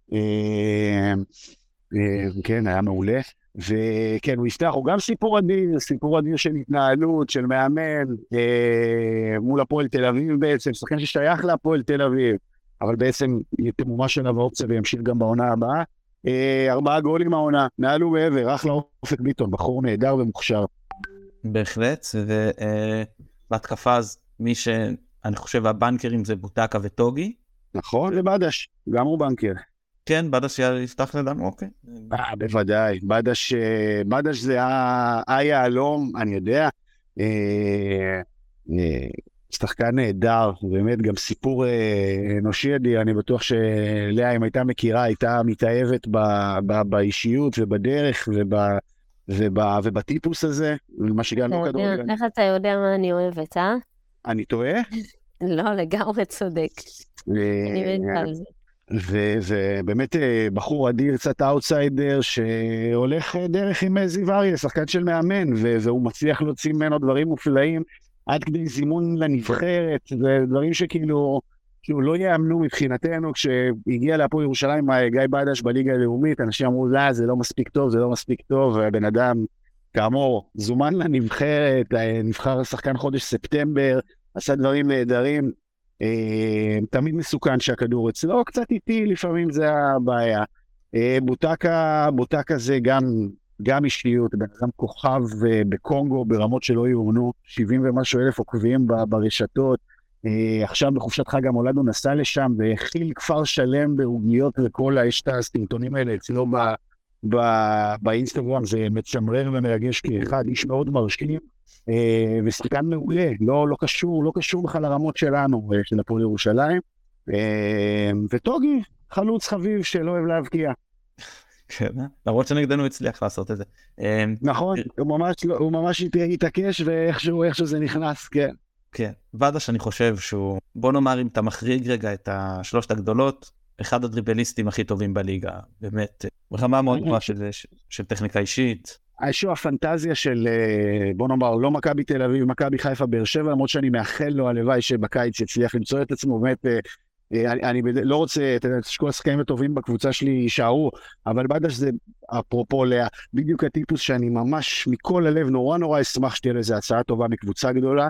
C: כן, היה מעולה. וכן, הוא יפתח, הוא גם סיפור אדיר של התנהלות, של מאמן, מול הפועל תל אביב בעצם, שחקן ששייך להפועל תל אביב, אבל בעצם יתמומש עליו האופציה וימשיך גם בעונה הבאה. 4 גולים העונה, מעל ומעבר, אחלה אופק ביטון, בחור נהדר ומוכשר.
A: בהחלט, ובהתקפה אז מי שאני חושב הבנקרים זה בוטקה וטוגי.
C: נכון, ובדש, גם הוא בנקר.
A: כן, בדש יפתח לדם, אוקיי.
C: בוודאי, בדש זה היהלום, אני יודע, שחקן נהדר, באמת גם סיפור אנושי אדיר, אני בטוח שלאה אם הייתה מכירה, הייתה מתאהבת באישיות ובדרך ובטיפוס הזה, מה שגם לא כדורגל.
B: איך אתה יודע מה אני אוהבת,
C: אני טועה?
B: לא, לגמרי צודק. אני מתה על זה.
C: ובאמת בחור אדיר, קצת אאוטסיידר, שהולך דרך עם זיו אריה, שחקן של מאמן, והוא מצליח להוציא ממנו דברים מופלאים, עד כדי זימון לנבחרת, ודברים שכאילו לא יאמנו מבחינתנו. כשהגיע להפועל ירושלים גיא בדש בליגה הלאומית, אנשים אמרו, לא, זה לא מספיק טוב, זה לא מספיק טוב, והבן אדם, כאמור, זומן לנבחרת, נבחר שחקן חודש ספטמבר, עשה דברים נהדרים, תמיד מסוכן שהכדור אצלו, קצת איטי, לפעמים זה הבעיה. בוטקה זה גם אישיות, בן אדם כוכב בקונגו ברמות שלא יאומנו, 70 ומשהו אלף עוקבים ברשתות, עכשיו בחופשת חג המולד הוא נסע לשם, והכיל כפר שלם בעוגיות וכל יש את הסרטונים האלה אצלו באינסטגרם, זה מצמרר ומרגש כאחד, איש מאוד מרשים, ושחקן מעולה, לא קשור בכלל לרמות שלנו, של הפועל ירושלים, וטוגי, חלוץ חביב שלא אוהב להבקיע.
A: כן, למרות שנגדנו הצליח לעשות את זה.
C: נכון, הוא ממש התעקש, ואיכשהו זה נכנס, כן.
A: כן, ודש אני חושב שהוא, בוא נאמר אם אתה מחריג רגע את השלושת הגדולות, אחד הדריבליסטים הכי טובים בליגה, באמת, ברמה מאוד גבוהה של טכניקה אישית.
C: איזשהו הפנטזיה של, בוא נאמר, לא מכבי תל אביב, מכבי חיפה באר שבע, למרות שאני מאחל לו הלוואי שבקיץ יצליח למצוא את עצמו, באמת, אני לא רוצה, אתה יודע, שכל השחקנים הטובים בקבוצה שלי יישארו, אבל בדש זה, אפרופו, בדיוק הטיפוס שאני ממש מכל הלב נורא אשמח שתהיה לזה הצעה טובה מקבוצה גדולה,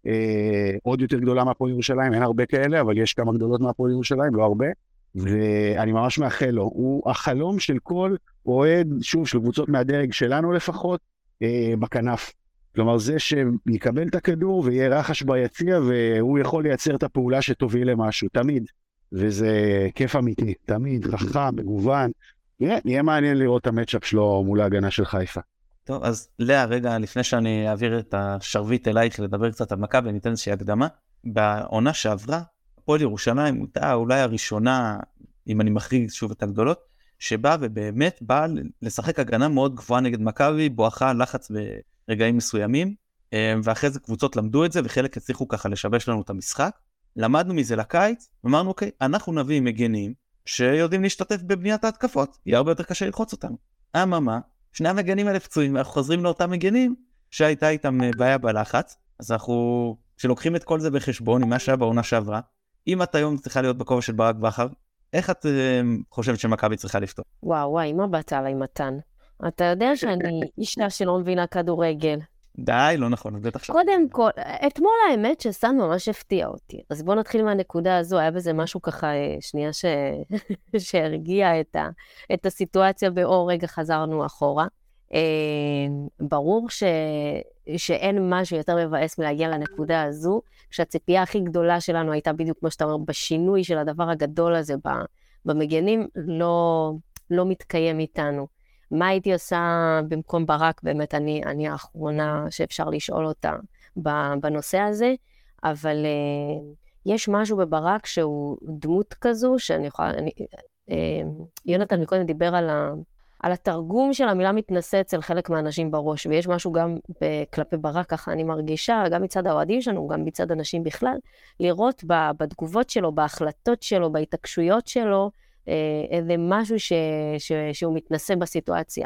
C: עוד יותר גדולה מהפועל ירושלים, אין הרבה כאלה, אבל יש כמה גדולות מהפועל ירושלים, לא הרבה, ואני ממש מאחל לו, הוא החלום של כל אוהד, שוב, של קבוצות מהדרג שלנו לפחות, בכנף. כלומר, זה שיקבל את הכדור ויהיה רחש ביציע, והוא יכול לייצר את הפעולה שתוביל למשהו, תמיד. וזה כיף אמיתי, תמיד, חכם, מגוון. נהיה מעניין לראות את המאצ'אפ שלו מול ההגנה של חיפה.
A: טוב, אז לאה, רגע, לפני שאני אעביר את השרביט אלייך לדבר קצת על מכבי, ניתן איזושהי הקדמה. בעונה שעברה, הפועל ירושלים הייתה אולי הראשונה, אם אני מחריג שוב את הגדולות, שבאה ובאמת באה לשחק הגנה מאוד גבוהה נגד מכבי, בואכה לחץ ברגעים מסוימים, ואחרי זה קבוצות למדו את זה, וחלק הצליחו ככה לשבש לנו את המשחק. למדנו מזה לקיץ, ואמרנו, אוקיי, אנחנו נביא מגנים שיודעים להשתתף בבניית ההתקפות, יהיה הרבה יותר קשה ללחוץ אותנו. אממה, שני המגנים האלה פצועים, ואנחנו חוזרים לאותם מגנים שהייתה איתם בעיה בלחץ, אז אנחנו, שלוקחים את כל זה בחשבון, עם מה שהיה בעונה שעברה, אם את היום צריכה להיות בכובע של ברק בכר, איך את חושבת שמכבי צריכה לפתור?
B: וואי, מה באת עליי מתן? אתה יודע שאני אישה שלא מבינה כדורגל.
A: די, לא נכון, בטח עכשיו.
B: קודם כל, אתמול האמת שסן ממש הפתיע אותי. אז בואו נתחיל מהנקודה הזו, היה בזה משהו ככה, שנייה שהרגיע את הסיטואציה באור, רגע חזרנו אחורה. ברור שאין משהו יותר מבאס מלהגיע לנקודה הזו, כשהציפייה הכי גדולה שלנו הייתה בדיוק כמו שאתה אומר, בשינוי של הדבר הגדול הזה במגנים, לא מתקיים איתנו. מה הייתי עושה במקום ברק? באמת אני האחרונה שאפשר לשאול אותה בנושא הזה, אבל יש משהו בברק שהוא דמות כזו, שאני יכולה, יונתן מקודם דיבר על התרגום של המילה מתנשא אצל חלק מהאנשים בראש, ויש משהו גם כלפי ברק, ככה אני מרגישה, גם מצד האוהדים שלנו, גם מצד אנשים בכלל, לראות בתגובות שלו, בהחלטות שלו, בהתעקשויות שלו, איזה משהו שהוא מתנשא בסיטואציה.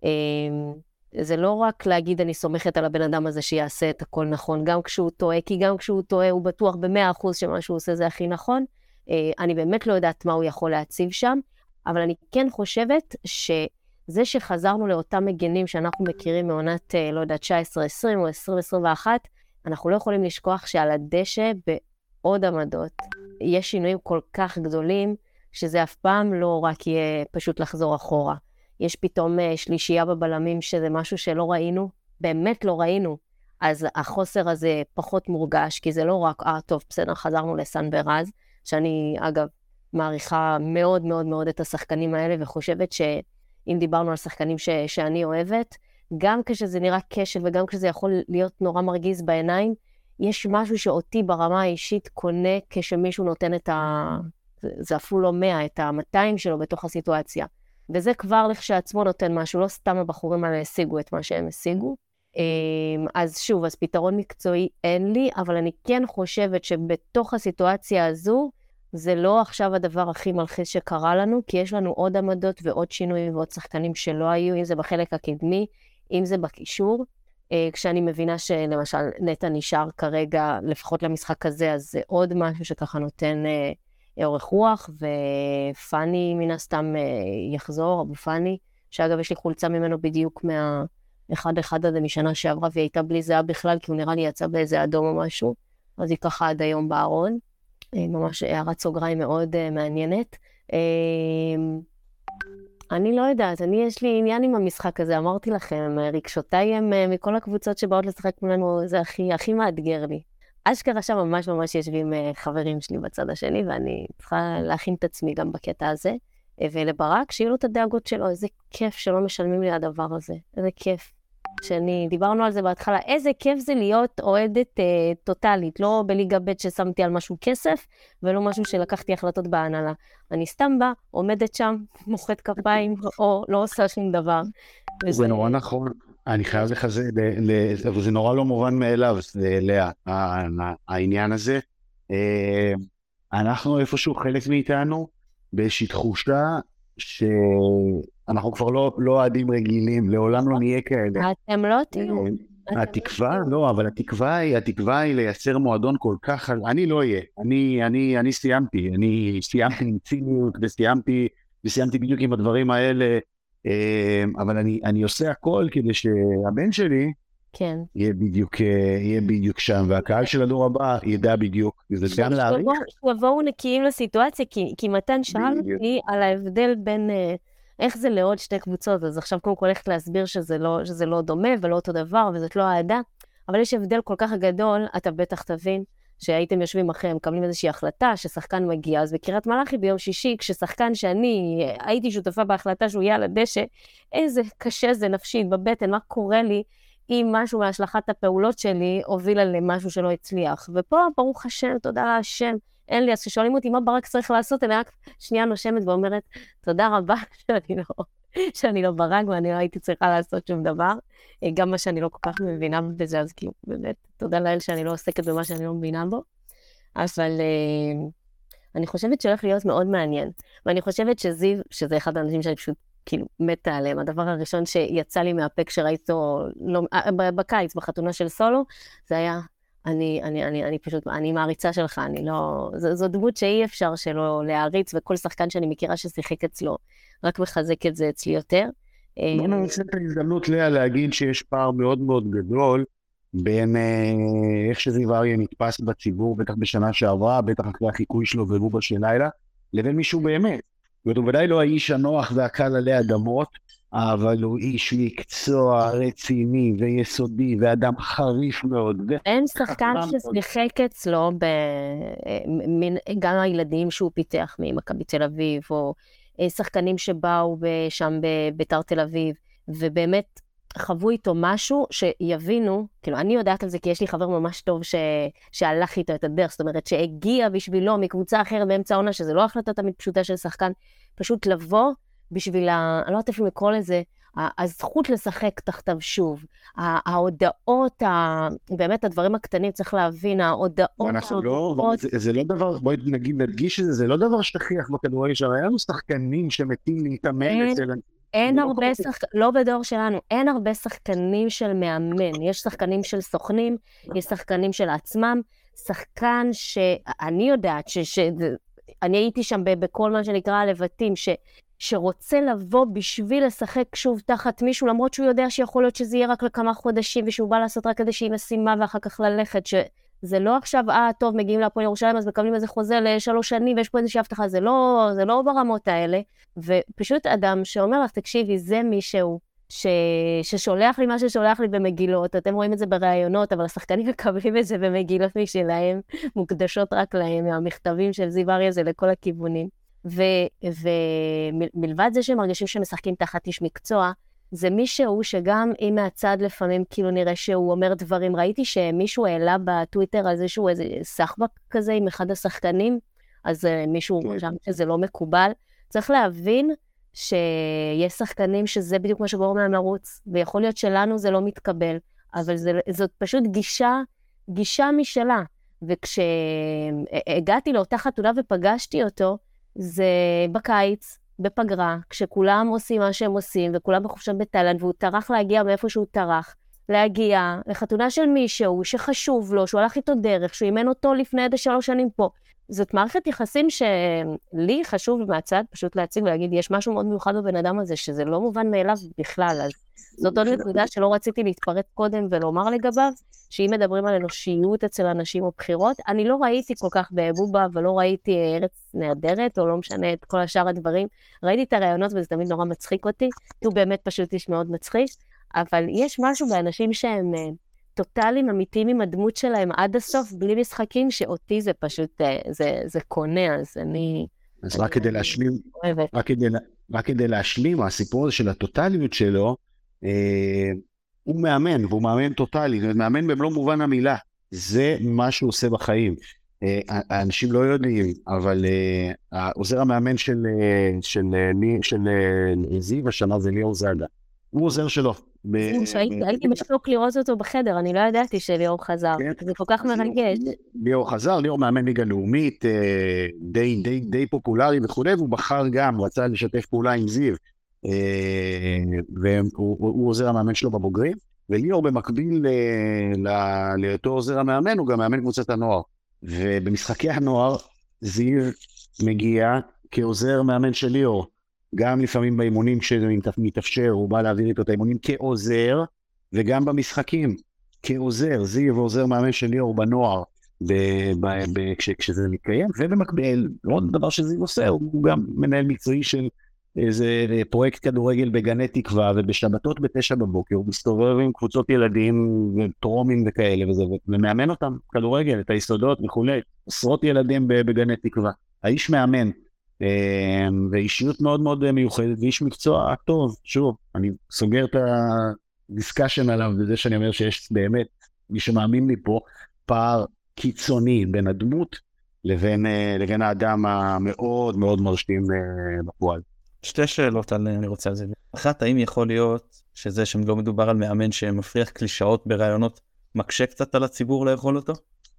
B: זה לא רק להגיד אני סומכת על הבן אדם הזה שיעשה את הכל נכון, גם כשהוא טועה, כי גם כשהוא טועה הוא בטוח ב100% שמה שהוא עושה זה הכי נכון. אני באמת לא יודעת מה הוא יכול להציב שם, אבל אני כן חושבת שזה שחזרנו לאותם מגנים שאנחנו מכירים מעונת, לא יודעת, 19-20 או 20-21, אנחנו לא יכולים לשכוח שעל הדשא בעוד עמדות יש שינויים כל כך גדולים, שזה אף פעם לא רק יהיה פשוט לחזור אחורה. יש פתאום שלישייה בבלמים שזה משהו שלא ראינו, באמת לא ראינו. אז החוסר הזה פחות מורגש, כי זה לא רק, טוב, בסדר, חזרנו לסן ברז, שאני אגב מעריכה מאוד מאוד מאוד את השחקנים האלה, וחושבת שאם דיברנו על שחקנים שאני אוהבת, גם כשזה נראה קשת וגם כשזה יכול להיות נורא מרגיז בעיניים, יש משהו שאותי ברמה האישית קונה כשמישהו נותן זה אפילו לא 100, את ה-200 שלו בתוך הסיטואציה. וזה כבר לכשעצמו נותן משהו, לא סתם הבחורים האלה השיגו את מה שהם השיגו. אז שוב, אז פתרון מקצועי אין לי, אבל אני כן חושבת שבתוך הסיטואציה הזו, זה לא עכשיו הדבר הכי מלחיץ שקרה לנו, כי יש לנו עוד עמדות ועוד שינויים ועוד שחקנים שלא היו, אם זה בחלק הקדמי, אם זה בקישור. כשאני מבינה שלמשל נטע נשאר כרגע, לפחות למשחק הזה, אז זה עוד משהו שככה נותן אורך רוח, ופני מן הסתם יחזור, אבו פני, שאגב יש לי חולצה ממנו בדיוק מה-1-1 הזה משנה שעברה, והיא הייתה בלי זהה בכלל, כי הוא נראה לי יצא באיזה אדום או משהו, אז היא ככה עד היום בארון. ממש הערת סוגריים מאוד מעניינת. אני לא יודעת, יש לי עניין עם המשחק הזה, אמרתי לכם, רגשותיי הם מכל הקבוצות שבאות לשחק מולנו, זה הכי מאתגר לי. אשכרה שם ממש יושבים חברים שלי בצד השני, ואני צריכה להכין את עצמי גם בקטע הזה, ולברק, שיהיו לו את הדאגות שלו, איזה כיף שלא משלמים לי הדבר הזה, איזה כיף. דיברנו על זה בהתחלה, איזה כיף זה להיות אוהדת טוטלית, לא בליגה ב' ששמתי על משהו כסף, ולא משהו שלקחתי החלטות בהנהלה. אני סתם באה, עומדת שם, מוחאת כפיים, או לא עושה שום דבר.
C: זה נורא נכון, אני חייב לך זה נורא לא מובן מאליו, לאה, העניין הזה. אנחנו איפשהו חלק מאיתנו, באיזושהי תחושה שאנחנו כבר לא אוהדים רגילים, לעולם לא נהיה כאלה.
B: אתם לא תהיו.
C: התקווה, לא, אבל התקווה היא לייצר מועדון כל כך, אני לא אהיה, אני סיימתי עם ציניות, וסיימתי בדיוק עם הדברים האלה, אבל אני עושה הכל כדי שהבן שלי יהיה בדיוק שם, והקהל של הדור הבא ידע בדיוק, זה גם להעריך.
B: שבואו נקיים לסיטואציה, כי מתן שאל אותי על ההבדל בין איך זה לעוד שתי קבוצות, אז עכשיו קודם כל הולכת להסביר שזה לא דומה ולא אותו דבר, וזאת לא העדה, אבל יש הבדל כל כך גדול, אתה בטח תבין, שהייתם יושבים אחרי, מקבלים איזושהי החלטה, ששחקן מגיע, אז בקריית מלאכי ביום שישי, כששחקן שאני הייתי שותפה בהחלטה שהוא יהיה על הדשא, איזה קשה זה נפשית בבטן, מה קורה לי, אם משהו מהשלכת הפעולות שלי הובילה למשהו שלא הצליח. ופה, ברוך השם, תודה להשם, אין לי, אז כששואלים אותי מה ברק צריך לעשות, אני רק שנייה נושמת ואומרת, תודה רבה שאני לא ברק, ואני לא הייתי צריכה לעשות שום דבר. גם מה שאני לא כל כך מבינה בזה, אז כאילו, באמת, תודה לאל שאני לא עוסקת במה שאני לא מבינה בו. אבל אני חושבת שהולך להיות מאוד מעניין. ואני חושבת שזיו, שזה אחד האנשים שאני פשוט כאילו מתה עליהם, הדבר הראשון שיצא לי מהפה כשראיתי אותו בקיץ, בחתונה של סולו, זה היה, אני מעריצה שלך, זו דמות שאי אפשר שלא להעריץ, וכל שחקן שאני מכירה ששיחק אצלו, רק מחזק את זה אצלי יותר.
C: בוא נעשה את ההזדמנות לאה להגיד שיש פער מאוד מאוד גדול, בין איך שזיו אריה נתפס בציבור, בטח בשנה שעברה, בטח אחרי החיקוי שלו ובובה של לילה, לבין מישהו באמת. הוא ודאי לא האיש הנוח והקל עלי אדמות, אבל הוא איש מקצוע רציני ויסודי, ואדם חריף מאוד.
B: אין שחקן ששיחק אצלו, גם הילדים שהוא פיתח ממכבי תל אביב, או שחקנים שבאו שם בביתר תל אביב, ובאמת חוו איתו משהו שיבינו, כאילו אני יודעת על זה כי יש לי חבר ממש טוב שהלך איתו את הדרך, זאת אומרת שהגיע בשבילו מקבוצה אחרת באמצע העונה, שזה לא החלטה תמיד פשוטה של שחקן, פשוט לבוא בשביל, אני לא יודעת אפילו לקרוא לזה, הזכות לשחק תחתיו שוב, ההודעות, באמת הדברים הקטנים צריך להבין, ההודעות,
C: זה לא דבר, בואי נדגיש את זה, זה לא דבר שכיח בכדורגל שלנו, היה לנו שחקנים שמתים להתאמן אצל...
B: אין הרבה שחקנים, לא בדור שלנו, אין הרבה שחקנים של מאמן, יש שחקנים של סוכנים, יש שחקנים של עצמם, שחקן שאני יודעת, אני הייתי שם בכל מה שנקרא הלבטים, שרוצה לבוא בשביל לשחק שוב תחת מישהו, למרות שהוא יודע שיכול להיות שזה יהיה רק לכמה חודשים, ושהוא בא לעשות רק איזושהי משימה ואחר כך ללכת, זה לא עכשיו, טוב, מגיעים להפועל ירושלים, אז מקבלים איזה חוזה ל3 שנים, ויש פה איזושהי הבטחה, זה לא ברמות האלה, ופשוט אדם שאומר לך, תקשיבי, זה מישהו ששולח לי מה ששולח לי במגילות, אתם רואים את זה בראיונות, אבל השחקנים מקבלים את זה במגילות משלהם, מוקדשות רק להם, המכתבים של זיו אריה זה לכל הכיוונים, ומלבד זה שהם מרגישים שמשחקים תחת איש מקצוע, זה מישהו שגם אם מהצד לפעמים כאילו נראה שהוא אומר דברים, ראיתי שמישהו העלה בטוויטר על זה שהוא איזה סחבק כזה עם אחד השחקנים, אז מישהו חשב שזה לא מקובל, צריך להבין שיש שחקנים שזה בדיוק מה שגורם להם לרוץ, ויכול להיות שלנו זה לא מתקבל, אבל זאת פשוט גישה משלה, וכשהגעתי לאותה חתונה ופגשתי אותו, זה בקיץ, בפגרה, כשכולם עושים מה שהם עושים, וכולם בחופשה בתאילנד, והוא טרח להגיע מאיפה שהוא טרח, להגיע לחתונה של מישהו שחשוב לו, שהוא הלך איתו דרך, שהוא אימן אותו לפני עד 3 שנים פה. זאת מערכת יחסים שלי חשוב מהצד פשוט להציג ולהגיד, יש משהו מאוד מיוחד בבן אדם הזה, שזה לא מובן מאליו בכלל. אז זאת עוד נקודה שלא רציתי להתפרט קודם ולומר לגביו, שאם מדברים על אנושיות אצל אנשים או בחירות, אני לא ראיתי כל כך בבובה, ולא ראיתי ארץ נהדרת, או לא משנה את כל השאר הדברים. ראיתי את הרעיונות וזה תמיד נורא מצחיק אותי, כי הוא באמת פשוט איש מאוד מצחיק, אבל יש משהו באנשים שהם טוטליים, אמיתיים עם הדמות שלהם עד הסוף, בלי משחקים, שאותי זה פשוט, זה קונה, אז אני...
C: אז רק כדי להשלים, הסיפור הזה של הטוטליות שלו, הוא מאמן, והוא מאמן טוטלי, מאמן במלוא מובן המילה, זה מה שהוא עושה בחיים. האנשים לא יודעים, אבל עוזר המאמן של זיו השנה זה ליאור זאדה. הוא עוזר שלו.
B: הייתי בשוק לראות אותו בחדר, אני לא ידעתי שליאור חזר, זה כל כך מרגש.
C: ליאור חזר, ליאור מאמן ליגה לאומית, די פופולרי וכו', והוא בחר גם, רצה לשתף פעולה עם זיו, והוא עוזר המאמן שלו בבוגרים, וליאור במקביל לאותו עוזר המאמן, הוא גם מאמן קבוצת הנוער, ובמשחקי הנוער זיו מגיע כעוזר מאמן של ליאור, גם לפעמים באימונים שמתאפשר, הוא בא להעביר איתו את האימונים כעוזר, וגם במשחקים כעוזר, זיו ועוזר מאמן של ליאור בנוער, כשזה מתקיים, ובמקביל, עוד דבר שזיו עושה, הוא גם מנהל מקצועי של איזה פרויקט כדורגל בגני תקווה, ובשבתות ב9 בבוקר, הוא מסתובב עם קבוצות ילדים וטרומים וכאלה, ומאמן אותם כדורגל, את היסודות וכולי, עשרות ילדים בגני תקווה. האיש מאמן, ואישיות מאוד מאוד מיוחדת, ואיש מקצוע טוב. שוב, אני סוגר את הדיסקשן עליו, וזה שאני אומר שיש באמת, מי שמאמין לי פה, פער קיצוני בין הדמות, לבין האדם המאוד מאוד מרשים בפועל.
A: 2 שאלות אני רוצה על זה. אחת, האם יכול להיות שזה שלא מדובר על מאמן שמפריח קלישאות ברעיונות, מקשה קצת על הציבור לאכול אותו?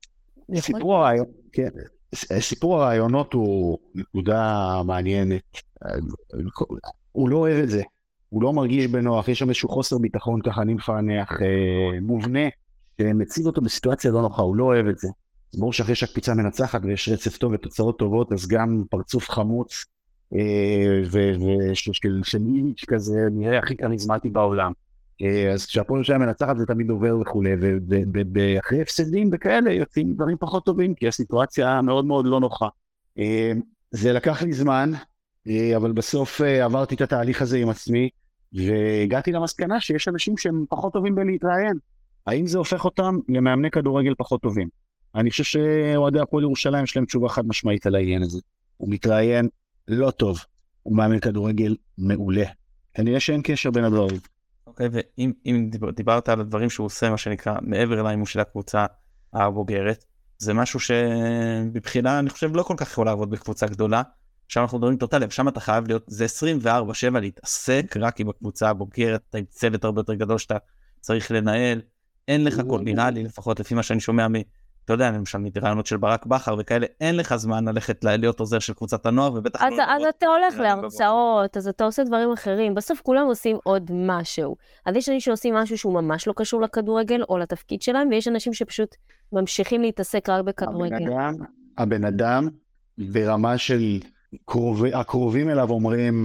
C: סיפור הרעיונות הוא נקודה מעניינת. הוא לא אוהב את זה. הוא לא מרגיש בנוח. יש שם איזשהו חוסר ביטחון, ככה אני מפענח, מובנה, שמציג אותו בסיטואציה לא נוחה. הוא לא אוהב את זה. ברור שאחרי שהקפיצה מנצחת ויש רצף טוב ותוצאות טובות, אז גם פרצוף חמוץ של איש כזה נראה הכי כריזמטי בעולם. אז כשהפועל ירושלים מנצחת זה תמיד עובר וכו', ואחרי הפסדים וכאלה יוצאים דברים פחות טובים, כי הסיטואציה מאוד מאוד לא נוחה. זה לקח לי זמן, אבל בסוף עברתי את התהליך הזה עם עצמי, והגעתי למסקנה שיש אנשים שהם פחות טובים בלהתראיין. האם זה הופך אותם למאמני כדורגל פחות טובים? אני חושב שאוהדי הפועל ירושלים יש להם תשובה חד משמעית על העניין הזה. הוא מתראיין לא טוב, הוא מאמן כדורגל מעולה. כנראה שאין קשר בין הדברים.
A: אוקיי, ואם דיברת על הדברים שהוא עושה, מה שנקרא, מעבר לאימון של הקבוצה הבוגרת, זה משהו שבבחינה, אני חושב, לא כל כך יכול לעבוד בקבוצה גדולה, שם אנחנו מדברים טוטלי, שם אתה חייב להיות, זה 24/7 להתעסק רק עם הקבוצה הבוגרת, אתה עם צוות הרבה יותר גדול שאתה צריך לנהל, אין לך כל, נראה לי, לפחות לפי מה שאני שומע אתה יודע, למשל מרעיונות של ברק בכר וכאלה, אין לך זמן ללכת להיות עוזר של קבוצת הנוער, ובטח...
B: אז אתה הולך להרצאות, אז אתה עושה דברים אחרים, בסוף כולם עושים עוד משהו. אז יש אנשים שעושים משהו שהוא ממש לא קשור לכדורגל או לתפקיד שלהם, ויש אנשים שפשוט ממשיכים להתעסק רק בכדורגל.
C: הבן אדם ברמה של הקרובים אליו אומרים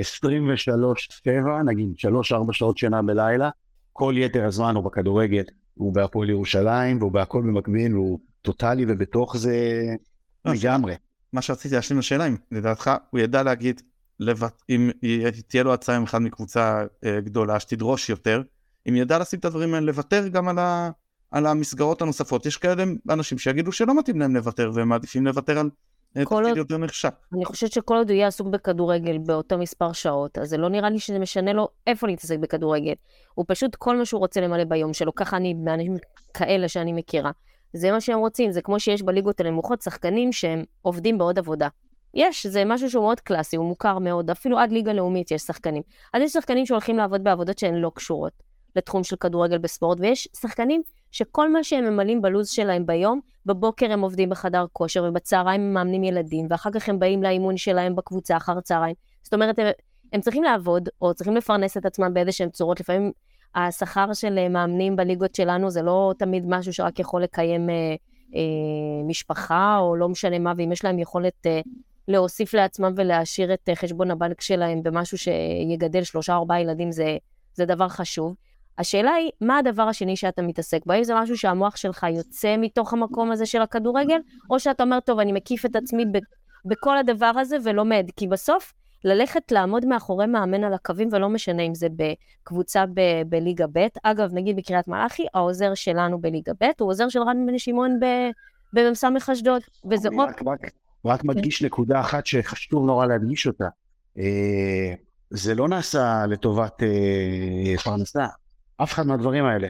C: 23/7, נגיד 3-4 שעות שינה בלילה, כל יתר הזמן הוא בכדורגל. הוא בהפועל ירושלים, והוא בהכל במקביל, והוא טוטלי, ובתוך זה לגמרי.
A: מה שרציתי להשלים לשאלה, אם לדעתך, הוא ידע להגיד, אם תהיה לו הצעה עם אחד מקבוצה גדולה, שתדרוש יותר, אם ידע לשים את הדברים האלה, לוותר גם על המסגרות הנוספות. יש כאלה אנשים שיגידו שלא מתאים להם לוותר, והם מעדיפים לוותר על תפקיד יותר נחשק.
B: אני חושבת שכל עוד הוא יהיה עסוק בכדורגל באותו מספר שעות, אז זה לא נראה לי שזה משנה לו איפה להתעסק בכדורגל. הוא פשוט כל מה שהוא רוצה למלא ביום שלו, ככה אני, באנשים כאלה שאני מכירה. זה מה שהם רוצים, זה כמו שיש בליגות הנמוכות שחקנים שהם עובדים בעוד עבודה. זה משהו שהוא מאוד קלאסי, הוא מוכר מאוד, אפילו עד ליגה לאומית יש שחקנים. אז יש שחקנים שהולכים לעבוד בעבודות שהן לא קשורות לתחום של כדורגל בספורט, ויש שחקנים שכל מה שהם ממלאים בלוז שלהם ביום, בבוקר הם עובדים בחדר כושר, ובצהריים הם מאמנים ילדים, ואחר כך הם באים לאימון שלהם בקבוצה אחר צהריים. זאת אומרת, הם צריכים לעבוד, או צריכים לפרנס את עצמם באיזשהם צורות. לפעמים השכר של מאמנים בליגות שלנו, זה לא תמיד משהו שרק יכול לקיים משפחה, או לא משנה מה, ואם יש להם יכולת להוסיף לעצמם ולהשאיר את חשבון הבנק שלהם במשהו שיגדל 3-4 ילדים, זה דבר חשוב. השאלה היא, מה הדבר השני שאתה מתעסק בו? האם זה משהו שהמוח שלך יוצא מתוך המקום הזה של הכדורגל, או שאתה אומר, טוב, אני מקיף את עצמי בכל הדבר הזה ולומד, כי בסוף ללכת לעמוד מאחורי מאמן על הקווים, ולא משנה אם זה בקבוצה בליגה ב', אגב, נגיד בקריית מלאכי, העוזר שלנו בליגה ב', הוא עוזר של רן בן שמעון במ"ס אשדוד, וזה עוד...
C: רק מדגיש נקודה אחת שחשוב נורא להדגיש אותה. זה לא נעשה לטובת פרנסה, אף אחד מהדברים האלה.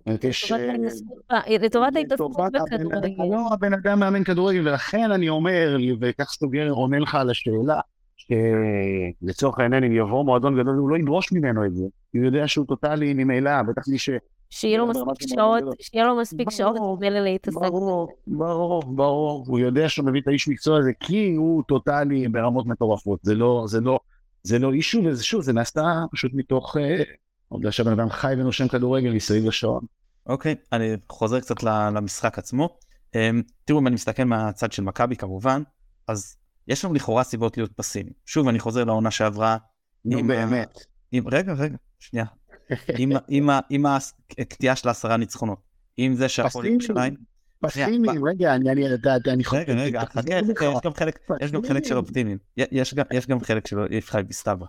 B: לטובת ההתעסקות בכדורגל.
C: לא, הבן אדם מאמן כדורגל, ולכן אני אומר, וכך סוגר עונה לך על השאלה, שלצורך העניין אם יבוא מועדון גדול, הוא לא ידרוש ממנו את זה. הוא יודע שהוא טוטלי ממילא, בטח מי ש...
B: שיהיה לו מספיק שעות להתעסק.
C: ברור. הוא יודע שהוא מביא את האיש מקצוע הזה, כי הוא טוטלי ברמות מטורפות. זה לא אישו, וזה שוב, זה נעשה פשוט מתוך... עוד שהבן אדם חי ונושם כדורגל מסביב לשעון.
A: אוקיי, אני חוזר קצת למשחק עצמו. תראו, אם אני מסתכל מהצד של מכבי כמובן, אז יש לנו לכאורה סיבות להיות פסימיים. שוב, אני חוזר לעונה שעברה.
C: נו באמת.
A: רגע, שנייה. עם הקטיעה של 10 ניצחונות. עם זה שהפועל ירושלים...
C: פסימיים, רגע, אני חושב...
A: רגע, יש גם חלק של אופטימיים. יש גם חלק של יפחי בסתיו.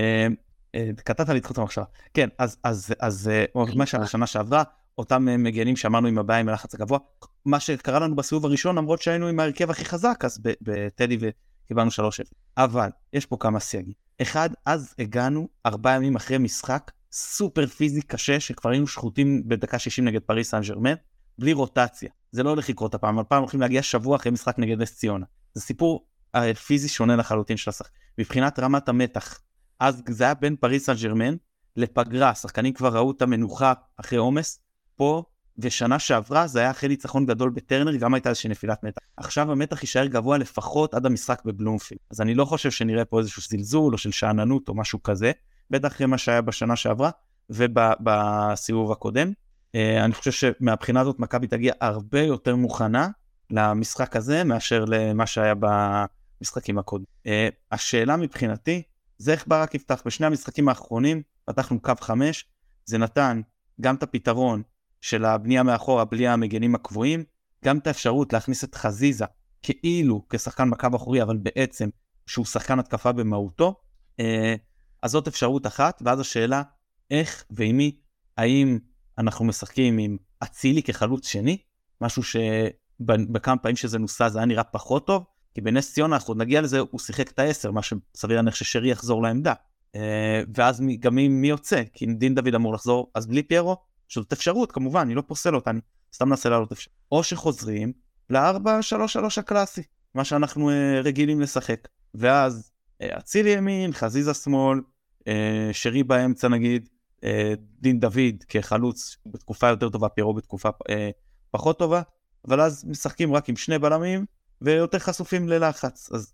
A: קטעת לי את חוץ המחשבה. כן, אז מה שהשנה שעברה, אותם מגנים שאמרנו עם הבעיה עם הלחץ הגבוה, מה שקרה לנו בסיבוב הראשון, למרות שהיינו עם ההרכב הכי חזק, אז בטדי וקיבלנו 3-0. אבל יש פה כמה סייגים. אחד, אז הגענו 4 ימים אחרי משחק סופר פיזי קשה, שכבר היינו שחוטים בדקה 60 נגד פריס סן ז'רמן, בלי רוטציה. זה לא הולך לקרות הפעם, אבל פעם הולכים להגיע שבוע אחרי משחק נגד נס ציונה. זה סיפור פיזי שונה לחלוטין של השחק. מבחינת רמת המתח, אז זה היה בין פריס סן ז'רמן לפגרה, השחקנים כבר ראו את המנוחה אחרי עומס, פה ושנה שעברה זה היה אחרי ניצחון גדול בטרנר, גם הייתה איזושהי נפילת מתח. עכשיו המתח יישאר גבוה לפחות עד המשחק בבלומפילד. אז אני לא חושב שנראה פה איזשהו זלזול או של שעננות או משהו כזה, בטח אחרי מה שהיה בשנה שעברה ובסיבוב הקודם. אני חושב שמהבחינה הזאת מכבי תגיע הרבה יותר מוכנה למשחק הזה מאשר למה שהיה במשחקים הקודם. השאלה מבחינתי זה איך ברק יפתח. בשני המשחקים האחרונים פתחנו קו 5, זה נתן גם את הפתרון של הבנייה מאחורה בלי המגנים הקבועים, גם את האפשרות להכניס את חזיזה כאילו כשחקן בקו אחורי, אבל בעצם שהוא שחקן התקפה במהותו. אז זאת אפשרות אחת, ואז השאלה איך ועם מי, האם אנחנו משחקים עם אצילי כחלוץ שני, משהו שבכמה פעמים שזה נוסע זה היה נראה פחות טוב, כי בנס ציונה אנחנו נגיע לזה, הוא שיחק את 10, מה שסביר להניח ששרי יחזור לעמדה. ואז גם מי יוצא, כי דין דוד אמור לחזור, אז בלי פיירו, שזאת אפשרות כמובן, אני לא פוסל אותה, אני סתם ננסה לעלות אפשרות. או שחוזרים ל-4-3-3 הקלאסי, מה שאנחנו רגילים לשחק. ואז אצילי ימין, חזיזה שמאל, שרי באמצע נגיד, דין דוד כחלוץ בתקופה יותר טובה, פיירו בתקופה פחות טובה, אבל אז משחקים רק עם 2 בלמים, ויותר חשופים ללחץ. אז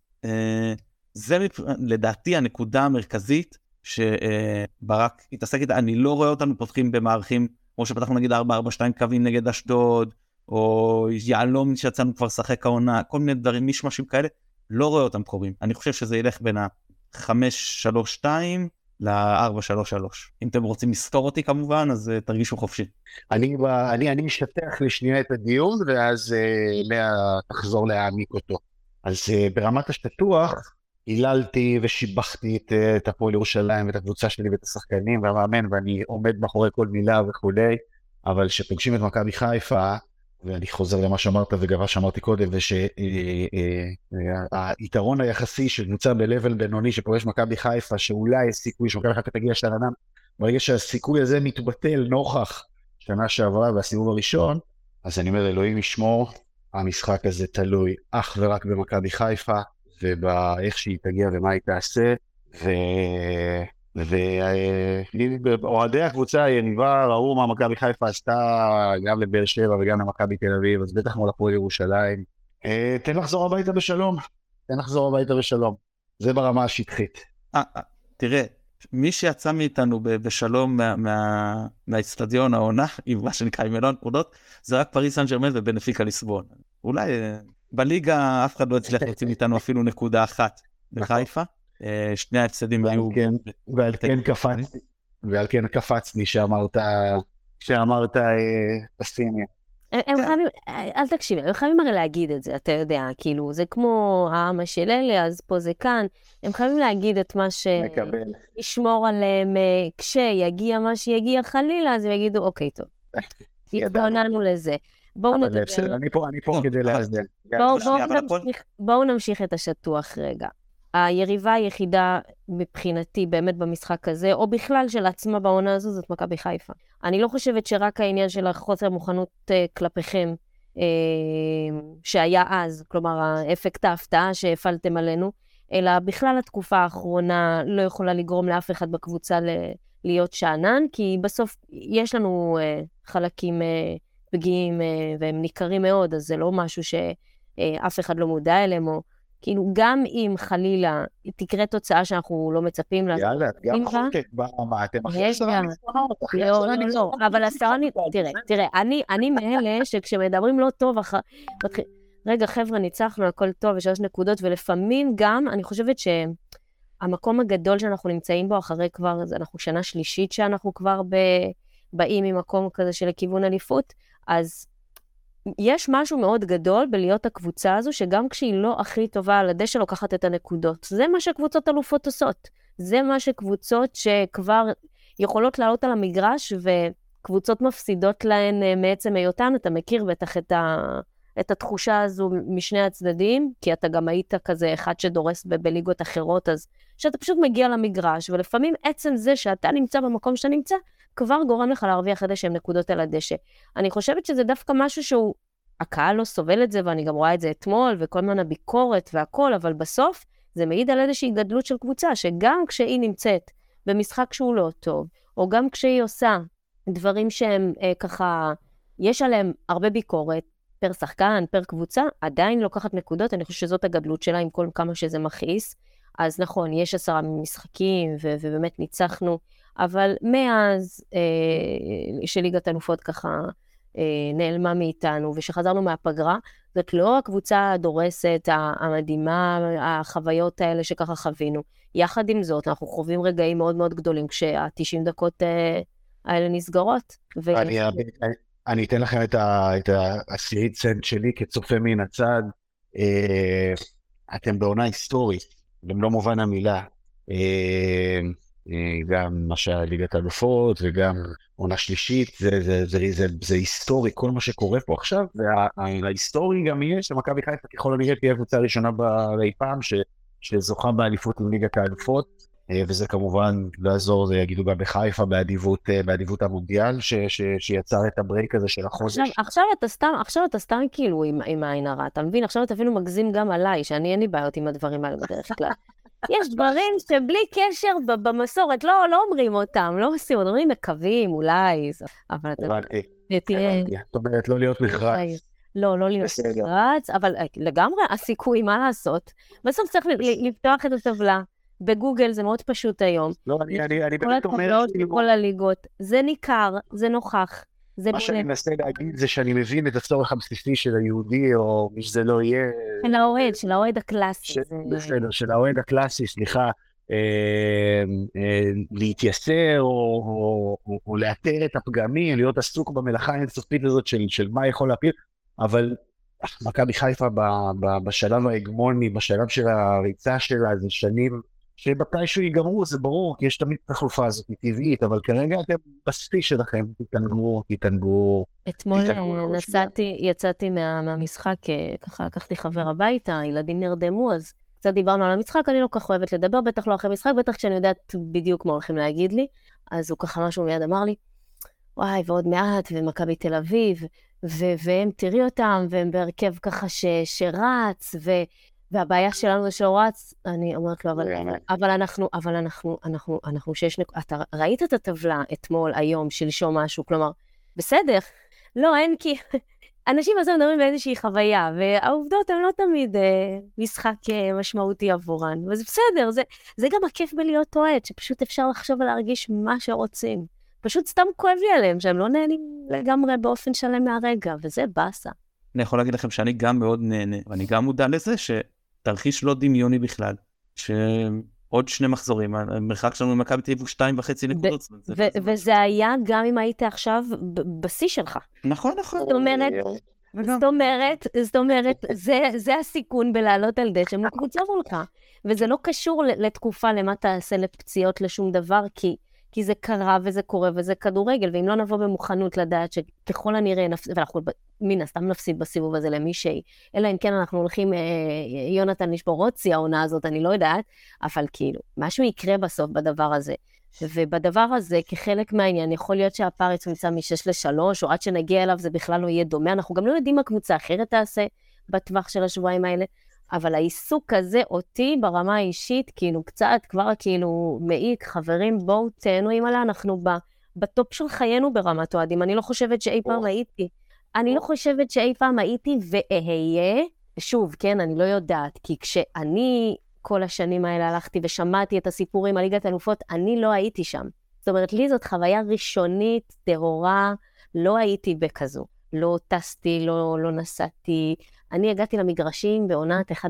A: זה לדעתי הנקודה המרכזית שברק התעסק איתה. אני לא רואה אותנו פותחים במערכים כמו שפתחנו נגיד 4-4-2 קווים נגד אשדוד, או יעלום שיצאנו כבר שחק העונה, כל מיני דברים משמשים כאלה, לא רואה אותם קורים. אני חושב שזה ילך בין ה-5-3-2 ל-4-3-3. אם אתם רוצים לסתור אותי כמובן, אז תרגישו חופשי.
C: אני משתח לשנייה את הדיון, ואז תחזור להעמיק אותו. אז ברמת השטוח, היללתי ושיבחתי את הפועל ירושלים ואת הקבוצה שלי ואת השחקנים והמאמן, ואני עומד מאחורי כל מילה וכולי, אבל שפוגשים את מכבי חיפה, ואני חוזר למה שאמרת וגם שאמרתי קודם, והיתרון היחסי של קבוצה בלבל בינוני שפוגש מכבי חיפה, שאולי יש סיכוי שמכבי חיפה תגיע שלרנם, ברגע שהסיכוי הזה מתבטל נוכח שנה שעברה והסיבוב הראשון, אז אני אומר, אלוהים ישמור, המשחק הזה תלוי אך ורק במכבי חיפה, ובאיך שהיא תגיע ומה היא תעשה, ואוהדי הקבוצה היריבה ראו מה מכבי חיפה עשתה גם לבאר שבע וגם למכבי תל אביב, אז בטח מול הפועל ירושלים. תן לחזור הביתה בשלום, תן לחזור הביתה בשלום. זה ברמה השטחית.
A: תראה, מי שיצא מאיתנו בשלום מהאצטדיון העונה, עם מה שנקרא עם מלון נקודות, זה רק פריס סן ז'רמן ובנפיקה ליסבון. אולי בליגה אף אחד לא הצליח להוציא מאיתנו אפילו נקודה אחת בחיפה. שני ההפסדים היו...
C: ועל כן קפצני שאמרת פסימיה.
B: הם חייבים, אל תקשיב, הם חייבים הרי להגיד את זה, אתה יודע, כאילו, זה כמו העם של אלה, אז פה זה כאן, הם חייבים להגיד את מה שישמור עליהם, כשיגיע מה שיגיע חלילה, אז הם יגידו, אוקיי, טוב, התבוננו לזה. בואו נדבר.
C: אני פה כדי להסדר.
B: בואו נמשיך את השטוח רגע. היריבה היחידה מבחינתי באמת במשחק הזה, או בכלל של עצמה בעונה הזו, זאת מכבי חיפה. אני לא חושבת שרק העניין של החוסר מוכנות כלפיכם, שהיה אז, כלומר האפקט ההפתעה שהפעלתם עלינו, אלא בכלל התקופה האחרונה לא יכולה לגרום לאף אחד בקבוצה להיות שענן, כי בסוף יש לנו חלקים פגיעים והם ניכרים מאוד, אז זה לא משהו שאף אחד לא מודע אליהם, או כאילו, גם אם חלילה תקרה תוצאה שאנחנו לא מצפים לה...
C: יאללה, גם חוקק, מה, אתם אחרי 10 ניצחונות?
B: לא, אבל 10 תראה, אני מאלה שכשמדברים לא טוב, רגע, חבר'ה, ניצחנו, הכל טוב, יש 3 נקודות, ולפעמים גם, אני חושבת שהמקום הגדול שאנחנו נמצאים בו, אחרי כבר, אנחנו שנה שלישית שאנחנו כבר באים ממקום כזה של כיוון אליפות, אז... יש משהו מאוד גדול בלהיות הקבוצה הזו, שגם כשהיא לא הכי טובה על הדשא לוקחת את הנקודות. זה מה שקבוצות אלופות עושות. זה מה שקבוצות שכבר יכולות לעלות על המגרש, וקבוצות מפסידות להן מעצם היותן. אתה מכיר בטח את התחושה הזו משני הצדדים, כי אתה גם היית כזה אחד שדורס בליגות אחרות, אז שאתה פשוט מגיע למגרש, ולפעמים עצם זה שאתה נמצא במקום שאתה נמצא, כבר גורם לך להרוויח את זה שהם נקודות על הדשא. אני חושבת שזה דווקא משהו שהוא, הקהל לא סובל את זה, ואני גם רואה את זה אתמול, וכל מיני הביקורת והכל, אבל בסוף זה מעיד על איזושהי גדלות של קבוצה, שגם כשהיא נמצאת במשחק שהוא לא טוב, או גם כשהיא עושה דברים שהם ככה, יש עליהם הרבה ביקורת, פר שחקן, פר קבוצה, עדיין לוקחת נקודות, אני חושבת שזאת הגדלות שלה, עם כל כמה שזה מכעיס. אז נכון, יש 10 משחקים, ובאמת ניצחנו, אבל מאז שליגת אלופות ככה נעלמה מאיתנו, ושחזרנו מהפגרה, זאת לא הקבוצה הדורסת, המדהימה, החוויות האלה שככה חווינו. יחד עם זאת, אנחנו חווים רגעים מאוד מאוד גדולים, כשה-90 דקות האלה נסגרות.
C: אני אתן לכם את העשירית סנט שלי כצופה מן הצד. אתם בעונה היסטורית, במלוא מובן המילה. גם מה שהיה ליגת האלופות וגם עונה שלישית, זה היסטורי, כל מה שקורה פה עכשיו, וההיסטורי גם יהיה שמכבי חיפה ככל הנראה תהיה הקבוצה הראשונה באי פעם שזוכה באליפות ליגת האלופות, וזה כמובן לא יעזור, זה יגידו גם בחיפה באדיבות המונדיאל שיצר את הברייק הזה של החודש.
B: עכשיו אתה סתם כאילו עם העין הרע, אתה מבין? עכשיו אתה אפילו מגזים גם עליי, שאני אין לי בעיות עם הדברים האלה בדרך כלל. יש דברים שבלי קשר במסורת, לא אומרים אותם, לא עושים, אומרים מקווים, אולי, אבל אתה...
C: זאת אומרת, לא להיות נחרץ.
B: לא להיות נחרץ, אבל לגמרי הסיכוי, מה לעשות? בסוף צריך לפתוח את הטבלה. בגוגל זה מאוד פשוט היום.
C: לא, אני באמת אומר...
B: כל הליגות, זה ניכר, זה נוכח.
C: מה שאני מנסה להגיד זה שאני מבין את הצורך הבסיסי של היהודי, או מי שזה לא יהיה...
B: של האוהד הקלאסי.
C: בסדר, של האוהד הקלאסי, סליחה, להתייסר או לאתר את הפגמים, להיות עסוק במלאכה האינסופית הזאת של מה יכול להפיל, אבל מכבי חיפה בשלב ההגמוני, בשלב של הריצה שלה, זה שנים שבתישהו ייגמרו, זה ברור, כי יש תמיד תחלופה הזאת טבעית, אבל כרגע אתם בספי שלכם, תתענגו.
B: אתמול יצאתי מהמשחק, ככה לקחתי חבר הביתה, הילדים נרדמו, אז קצת דיברנו על המשחק, אני לא כך אוהבת לדבר, בטח לא אחרי משחק, בטח כשאני יודעת בדיוק מה הולכים להגיד לי, אז הוא ככה משהו מיד אמר לי, וואי, ועוד מעט, ומכבי תל אביב, והם תראי אותם, והם בהרכב ככה שרץ, והבעיה שלנו זה שלא רץ, אני אומרת לו, אבל אנחנו אתה ראית את הטבלה אתמול, היום, שלשום משהו, כלומר, בסדר, לא, אין כי, אנשים הזה מדברים באיזושהי חוויה, והעובדות הן לא תמיד משחק משמעותי עבורן, וזה בסדר, זה גם הכיף בלהיות טועד, שפשוט אפשר לחשוב ולהרגיש מה שרוצים. פשוט סתם כואב לי עליהם, שהם לא נהנים לגמרי באופן שלם מהרגע, וזה בסה.
A: אני יכול להגיד לכם שאני גם מאוד נהנה, ואני גם מודע לזה שתרחיש לא דמיוני בכלל, שעוד 2 מחזורים, המרחק שלנו ממכבי תל אביב 2.5 נקודות.
B: וזה היה גם אם היית עכשיו בשיא שלך.
A: נכון.
B: זאת אומרת, זה הסיכון בלעלות על דשא, מקבוצה מולך, וזה לא קשור לתקופה למה תעשה לפציעות לשום דבר, כי זה קרה וזה קורה וזה כדורגל, ואם לא נבוא במוכנות לדעת שככל הנראה, ואנחנו מן הסתם נפסיד בסיבוב הזה למישהי, אלא אם כן אנחנו הולכים, יונתן לשבור עוד שיא העונה הזאת, אני לא יודעת, אבל כאילו, משהו יקרה בסוף בדבר הזה. ובדבר הזה, כחלק מהעניין, יכול להיות שהפער יצומצם מ6 ל3, או עד שנגיע אליו זה בכלל לא יהיה דומה, אנחנו גם לא יודעים מה קבוצה אחרת תעשה בטווח של השבועיים האלה, אבל העיסוק הזה אותי ברמה האישית, כאילו קצת כבר כאילו מעיק, חברים, בואו תהנו עם עלה, אנחנו בטופ של חיינו ברמת אוהדים, אני לא חושבת שאי פעם הייתי, ואהיה, שוב, כן, אני לא יודעת, כי כשאני כל השנים האלה הלכתי ושמעתי את הסיפורים על ליגת אלופות, אני לא הייתי שם. זאת אומרת, לי זאת חוויה ראשונית, טהורה, לא הייתי בכזו. לא טסתי, לא נסעתי. אני הגעתי למגרשים בעונת 10-11,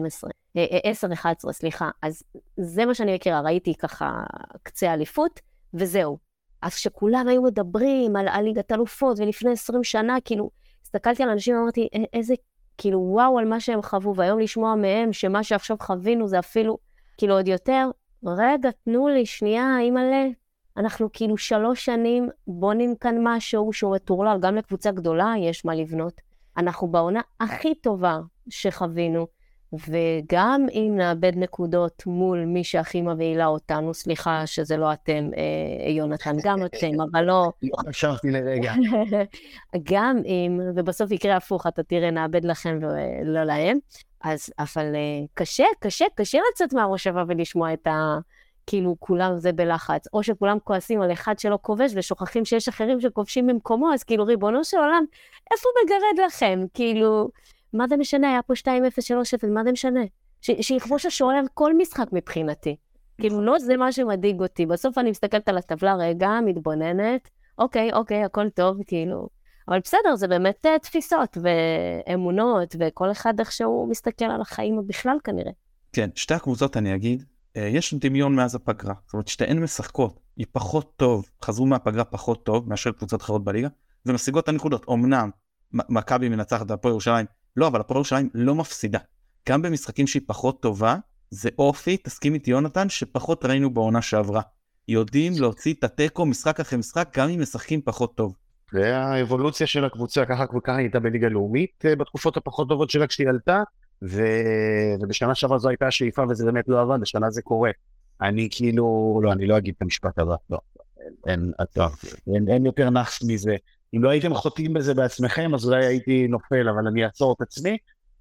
B: סליחה. אז זה מה שאני מכירה, ראיתי ככה קצה אליפות, וזהו. אז שכולם היו מדברים על ליגת אלופות, ולפני 20 שנה, כאילו, הסתכלתי על אנשים ואמרתי, איזה כאילו וואו על מה שהם חוו, והיום לשמוע מהם שמה שעכשיו חווינו זה אפילו כאילו עוד יותר, רגע, תנו לי שנייה, אימא'לה, אנחנו כאילו 3 שנים בונים כאן משהו שהוא מטורלל, גם לקבוצה גדולה יש מה לבנות. אנחנו בעונה הכי טובה שחווינו, וגם אם נאבד נקודות מול מי שהכי מבהילה אותנו, סליחה שזה לא אתם, יונתן, גם אתם, אבל לא...
C: לא חשבתי לרגע.
B: גם אם, ובסוף יקרה הפוך, אתה תראה, נאבד לכם ולא להם, אז, אבל קשה לצאת מהראשבה ולשמוע את כאילו כולם זה בלחץ, או שכולם כועסים על אחד שלא כובש, ושוכחים שיש אחרים שכובשים במקומו, אז כאילו ריבונו של עולם, איפה מגרד לכם? כאילו... מה זה משנה? היה פה 2-0, 3-0, מה זה משנה? שיכבוש השוער כל משחק מבחינתי. כאילו, לא זה מה שמדאיג אותי. בסוף אני מסתכלת על הטבלה רגע, מתבוננת, אוקיי, הכל טוב, כאילו. אבל בסדר, זה באמת תפיסות ואמונות, וכל אחד איך שהוא מסתכל על החיים בכלל כנראה.
A: כן, 2 הקבוצות אני אגיד, יש דמיון מאז הפגרה. זאת אומרת, שתיהן משחקות, היא פחות טוב, חזרו מהפגרה פחות טוב, מאשר קבוצות אחרות בליגה, ומשיגות את הנקודות. אמנם, מכבי מנצחת את הפועל ירושלים, לא, אבל הפועל ירושלים לא מפסידה. גם במשחקים שהיא פחות טובה, זה אופי, תסכים איתי יונתן, שפחות ראינו בעונה שעברה. יודעים להוציא את הטקו משחק אחרי משחק, גם אם משחקים פחות טוב.
C: זה האבולוציה של הקבוצה, ככה הייתה בליגה לאומית, בתקופות הפחות טובות שלה כשהיא עלתה, ובשנה שעברה זו הייתה השאיפה, וזה באמת לא עבד, בשנה זה קורה. אני כאילו, לא, אני לא אגיד את המשפט הבא, לא, אין יותר נח מזה. אם לא הייתם חוטאים בזה בעצמכם, אז אולי הייתי נופל, אבל אני אעצור את עצמי.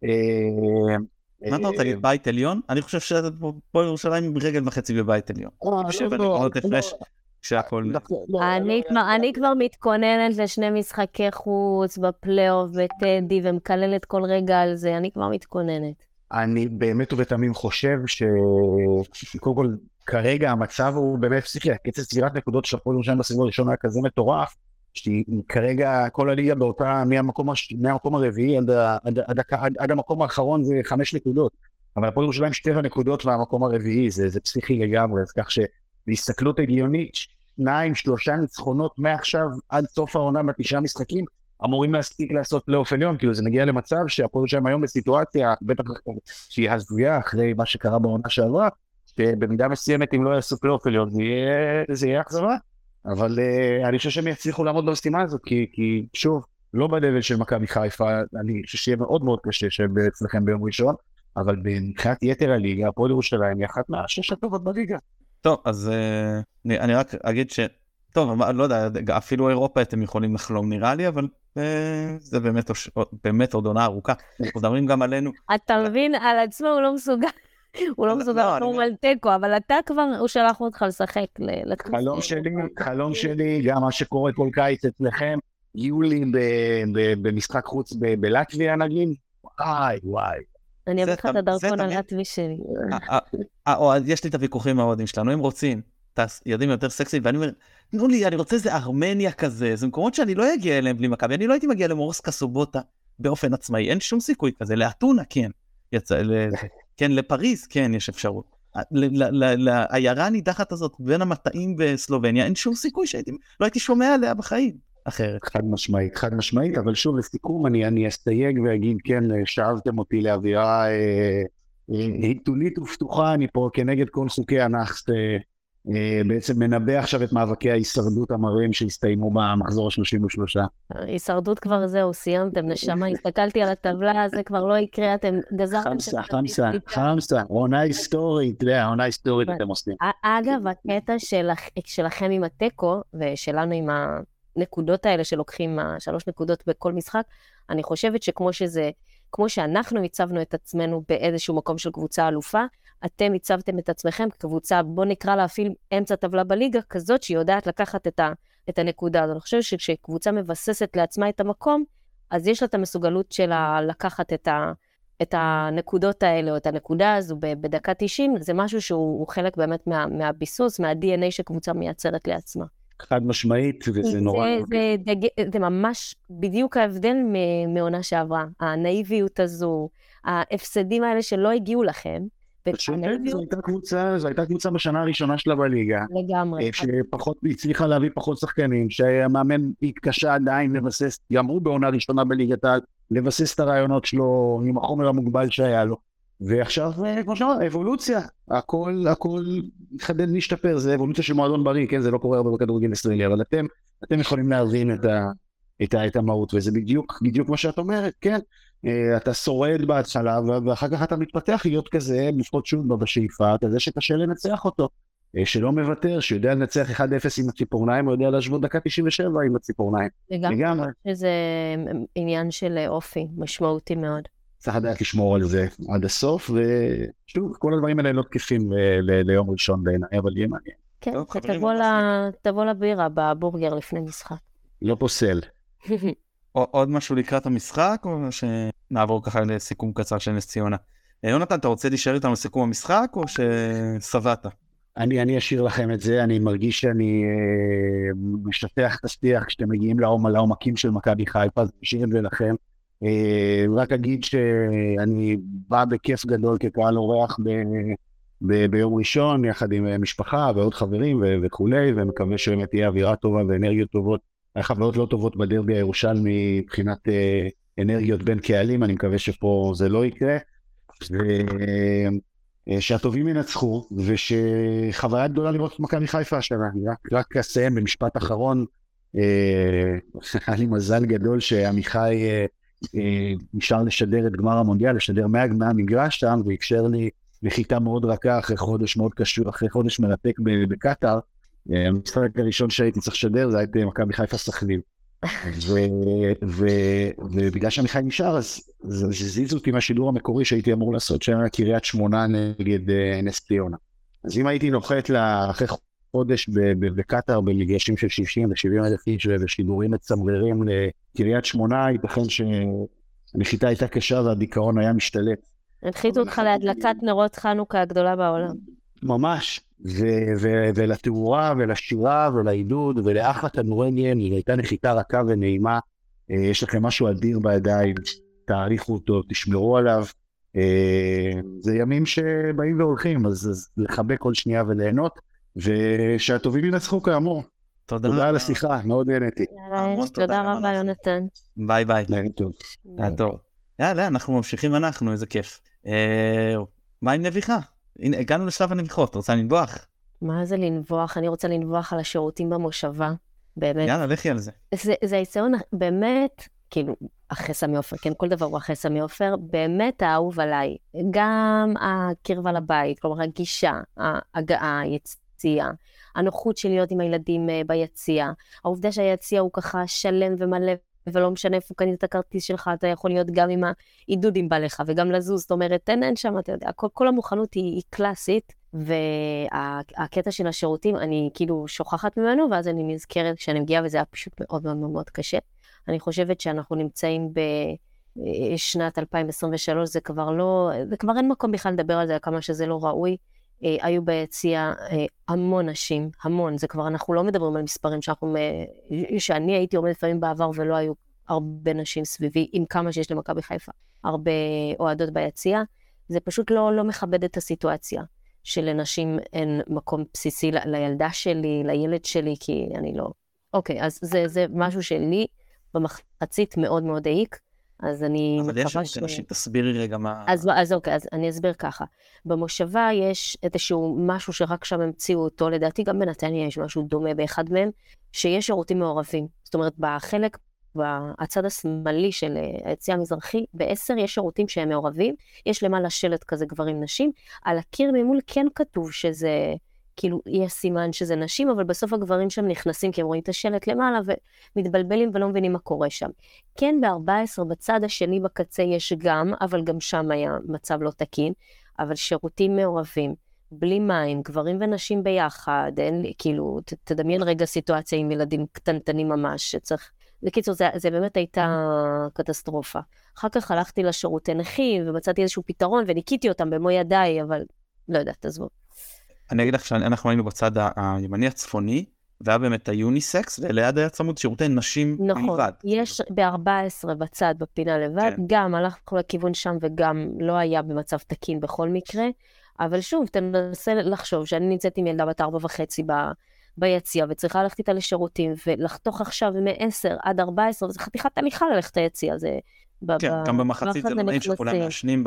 A: מה אתה רוצה להגיד, בית עליון? אני חושב שאתה פה ירושלים עם רגל וחצי בבית עליון.
B: אני כבר מתכוננת ל2 משחקי חוץ בפלייאוף וטדי, ומקללת כל רגע על זה, אני כבר מתכוננת.
C: אני באמת ובתמים חושב שקודם כל, כרגע המצב הוא באמת פסיכי, קצב סגירת נקודות של הפועל ירושלים בסיבוב הראשון היה כזה מטורף, שכרגע כל הליגה באותה, מהמקום הרביעי עד המקום האחרון זה 5 נקודות, אבל הפועל ירושלים 7 נקודות מהמקום הרביעי, זה פסיכי לגמרי, אז כך שבהסתכלות הגיונית, 2-3 ניצחונות מעכשיו עד סוף העונה ב9 משחקים, אמורים להספיק לעשות פלייאוף עליון, כאילו זה מגיע למצב שהפועל ירושלים היום בסיטואציה, בטח שהיא הזויה אחרי מה שקרה בעונה שעברה, שבמידה מסוימת אם לא יעשו פלייאוף עליון, זה יהיה אכזבה. אבל אני חושב שהם יצליחו לעמוד במשימה הזאת, כי שוב, לא בלבל של מכבי חיפה, אני חושב שיהיה מאוד מאוד קשה שאצלכם ביום ראשון, אבל מבחינת יתר הליגה, הפועל ירושלים היא אחת מה6 הטובות בליגה.
A: טוב, אז אני רק אגיד טוב, לא יודע, אפילו אירופה אתם יכולים לחלום נראה לי, אבל זה באמת עוד עונה ארוכה. אנחנו מדברים גם עלינו.
B: אתה מבין, על עצמו הוא לא מסוגל. הוא לא מסוגל לחלום על תיקו, אבל אתה כבר, הוא שלח אותך לשחק.
C: חלום שלי, גם מה שקורה כל קיץ אצלכם, יולי במשחק חוץ בלטביה נגיד, וואי.
B: אני אביא לך את הדרכון הלטבי שלי.
A: יש לי את הוויכוחים ההודים שלנו, הם רוצים, יודעים יותר סקסי, ואני אומר, תנו לי, אני רוצה איזה ארמניה כזה, זה מקומות שאני לא אגיע אליהם בלי מכבי, אני לא הייתי מגיע למורסקה סובוטה באופן עצמאי, אין שום סיכוי כזה, לאתונה כן, כן, לפריז כן יש אפשרות, לעיירה הנידחת הזאת בין המטעים בסלובניה, אין שום סיכוי לא הייתי שומע עליה בחיים אחרת.
C: חד משמעית, אבל שוב לסיכום אני אסתייג ואגיד כן, שאבתם אותי לאווירה עיתונית ופתוחה, אני פה כנגד כל חוקי הנאחס, בעצם מנבא עכשיו את מאבקי ההישרדות המרים שהסתיימו במחזור ה-33.
B: הישרדות כבר זהו, סיימתם, נשמה, הסתכלתי על הטבלה, זה כבר לא יקרה, אתם גזרתם...
C: חמסה, עונה היסטורית, עונה היסטורית אתם עושים.
B: אגב, הקטע שלכם עם הטקו, ושלנו עם הנקודות האלה שלוקחים 3 נקודות בכל משחק, אני חושבת כמו שאנחנו הצבנו את עצמנו באיזשהו מקום של קבוצה אלופה, אתם הצבתם את עצמכם כקבוצה, בוא נקרא לה אפילו אמצע טבלה בליגה, כזאת שיודעת לקחת את הנקודה. אני חושבת שכשקבוצה מבססת לעצמה את המקום, אז יש לה את המסוגלות שלה לקחת את הנקודות האלה, או את הנקודה הזו בדקה 90, זה משהו שהוא חלק באמת מהביסוס, מה-DNA שקבוצה מייצרת לעצמה.
C: חד משמעית, וזה נורא...
B: זה ממש בדיוק ההבדל מעונה שעברה. הנאיביות הזו, ההפסדים האלה שלא הגיעו לכם,
C: זו הייתה קבוצה בשנה הראשונה שלה בליגה.
B: לגמרי.
C: שפחות הצליחה להביא פחות שחקנים, שהמאמן התקשה עדיין לבסס, יאמרו בעונה ראשונה בליגת העל, לבסס את הרעיונות שלו עם החומר המוגבל שהיה לו. ועכשיו, כמו שאמר, אבולוציה. הכל יתחדד להשתפר, זה אבולוציה של מועדון בריא, כן, זה לא קורה הרבה בכדורגל ישראלי, אבל אתם יכולים להבין את המהות, וזה בדיוק מה שאת אומרת, כן. אתה שורד בהתחלה, ואחר כך אתה מתפתח להיות כזה, לפחות שוב בשאיפה, כזה שקשה לנצח אותו, שלא מוותר, שיודע לנצח 1-0 עם הציפורניים, או יודע להשוות דקה 97 עם הציפורניים.
B: לגמרי. שזה עניין של אופי, משמעותי מאוד.
C: צריך לדעת לשמור על זה עד הסוף, ושוב, כל הדברים האלה לא תקפים ליום ראשון בעיניי, אבל יהיה מעניין.
B: כן, תבוא לבירה בבורגר לפני משחק.
C: לא פוסל.
A: עוד משהו לקראת המשחק, או שנעבור ככה לסיכום קצר של נס ציונה? יונתן, אתה רוצה להישאר איתנו לסיכום המשחק, או שסבאת?
C: אני אשאיר לכם את זה, אני מרגיש שאני משתתח את השיח כשאתם מגיעים לעומקים של מכבי חיפה, אז אשאיר את זה לכם. רק אגיד שאני בא בכיף גדול כקהל אורח ביום ראשון, יחד עם משפחה ועוד חברים וכולי, ומקווה שבאמת תהיה אווירה טובה ואנרגיות טובות. חוויות לא טובות בדרבי הירושלמי מבחינת אנרגיות בין קהלים, אני מקווה שפה זה לא יקרה, שהטובים ינצחו, ושחוויה גדולה לראות את מכבי חיפה השנה. רק אסיים במשפט אחרון, היה לי מזל גדול שעמיחי נשאר לשדר את גמר המונדיאל, לשדר מהמגרש שם, ואפשר לי נחיתה מאוד רכה אחרי חודש מאוד קשור, אחרי חודש מרתק בקטר. המשחק הראשון שהייתי צריך לשדר, זה הייתי מכבי חיפה סכנין. ובגלל שעמיחי נשאר, אז זיזו אותי מהשידור המקורי שהייתי אמור לעשות, שהיה קריית שמונה נגד נס ציונה. אז אם הייתי נוחת אחרי חודש בקטר, במגרשים של 60 ו-70 אלף איש, ושידורים מצמררים לקריית שמונה, ייתכן שהנחיתה הייתה קשה והדיכאון היה משתלט.
B: הנחיתו אותך להדלקת נרות חנוכה הגדולה בעולם.
C: ממש. ולתאורה ולשירה ולעידוד ולאחלה כדורגל, היא הייתה נחיתה רכה ונעימה. יש לכם משהו אדיר בידיים, תעריכו אותו, תשמרו עליו. זה ימים שבאים והולכים, אז לחבק כל שנייה וליהנות, ושהטובים ינצחו כאמור. תודה על השיחה, מאוד נהניתי.
B: תודה רבה יונתן.
A: ביי ביי.
C: טוב.
A: יאללה, אנחנו ממשיכים, איזה כיף. מה עם נביחה? הנה, הגענו לשלב הנביחות, רוצה לנבוח?
B: מה זה לנבוח? אני רוצה לנבוח על השירותים במושבה, באמת.
A: יאללה, לכי על זה.
B: זה היציון באמת, כאילו, אחרי סמי עופר, כן, כל דבר הוא אחרי סמי עופר, באמת האהוב עליי. גם הקרבה לבית, כלומר, הגישה, ההגעה, היציאה, הנוחות של להיות עם הילדים ביציע, העובדה שהיציע הוא ככה שלם ומלא, ולא משנה איפה קנית את הכרטיס שלך, אתה יכול להיות גם עם העידוד עם בעליך, וגם לזוז, זאת אומרת, אין שם, אתה יודע, כל המוכנות היא קלאסית, והקטע של השירותים, אני כאילו שוכחת ממנו, ואז אני נזכרת כשאני מגיעה, וזה היה פשוט מאוד מאוד מאוד קשה. אני חושבת שאנחנו נמצאים בשנת 2023, זה כבר אין מקום בכלל לדבר על זה, כמה שזה לא ראוי. היו ביציע המון נשים, המון, זה כבר, אנחנו לא מדברים על מספרים שאני הייתי עומד לפעמים בעבר, ולא היו הרבה נשים סביבי, עם כמה שיש למכבי חיפה, הרבה אוהדות ביציע, זה פשוט לא מכבד את הסיטואציה, שלנשים אין מקום בסיסי לילדה שלי, לילד שלי, כי אני לא... אוקיי, אז זה משהו שלי במחצית מאוד מאוד העיק, אז אני
A: מקווה ש... אבל יש אנשים, תסבירי רגע מה...
B: אז אוקיי, אז אני אסביר ככה. במושבה יש איזשהו משהו שרק שם המציאו אותו, לדעתי גם בנתניה יש משהו דומה באחד מהם, שיש שירותים מעורבים. זאת אומרת, בצד השמאלי של היציע המזרחי, ב10 יש שירותים שהם מעורבים, יש למעלה שלט כזה גברים נשים, על הקיר ממול כן כתוב שזה... כאילו, יש סימן שזה נשים, אבל בסוף הגברים שם נכנסים, כי הם רואים את השלט למעלה, ומתבלבלים ולא מבינים מה קורה שם. כן, ב14, בצד השני בקצה יש גם, אבל גם שם היה מצב לא תקין, אבל שירותים מעורבים, בלי מים, גברים ונשים ביחד, כאילו, תדמיין רגע סיטואציה עם ילדים קטנטנים ממש, שצריך... בקיצור, זה באמת הייתה קטסטרופה. אחר כך הלכתי לשירותי נכים, ומצאתי איזשהו פתרון, וניקיתי אותם במו ידיי, אבל לא יודעת, תעזבו.
A: אני אגיד לך שאנחנו היינו בצד הימני הצפוני, והיה באמת היוניסקס, וליד היה צמוד שירותי נשים
B: נכון,
A: לבד.
B: יש ב14 בצד, בפינה לבד, כן. גם הלכנו לכיוון שם, וגם לא היה במצב תקין בכל מקרה, אבל שוב, תנסה לחשוב שאני נמצאת עם ילדה בת 4.5 ביציע, וצריכה ללכת איתה לשירותים, ולחתוך עכשיו מ10 עד 14, וזה חתיכת הליכה ללכת היציע, זה...
A: כן, גם במחצית זה לא נעים שכולם מעשנים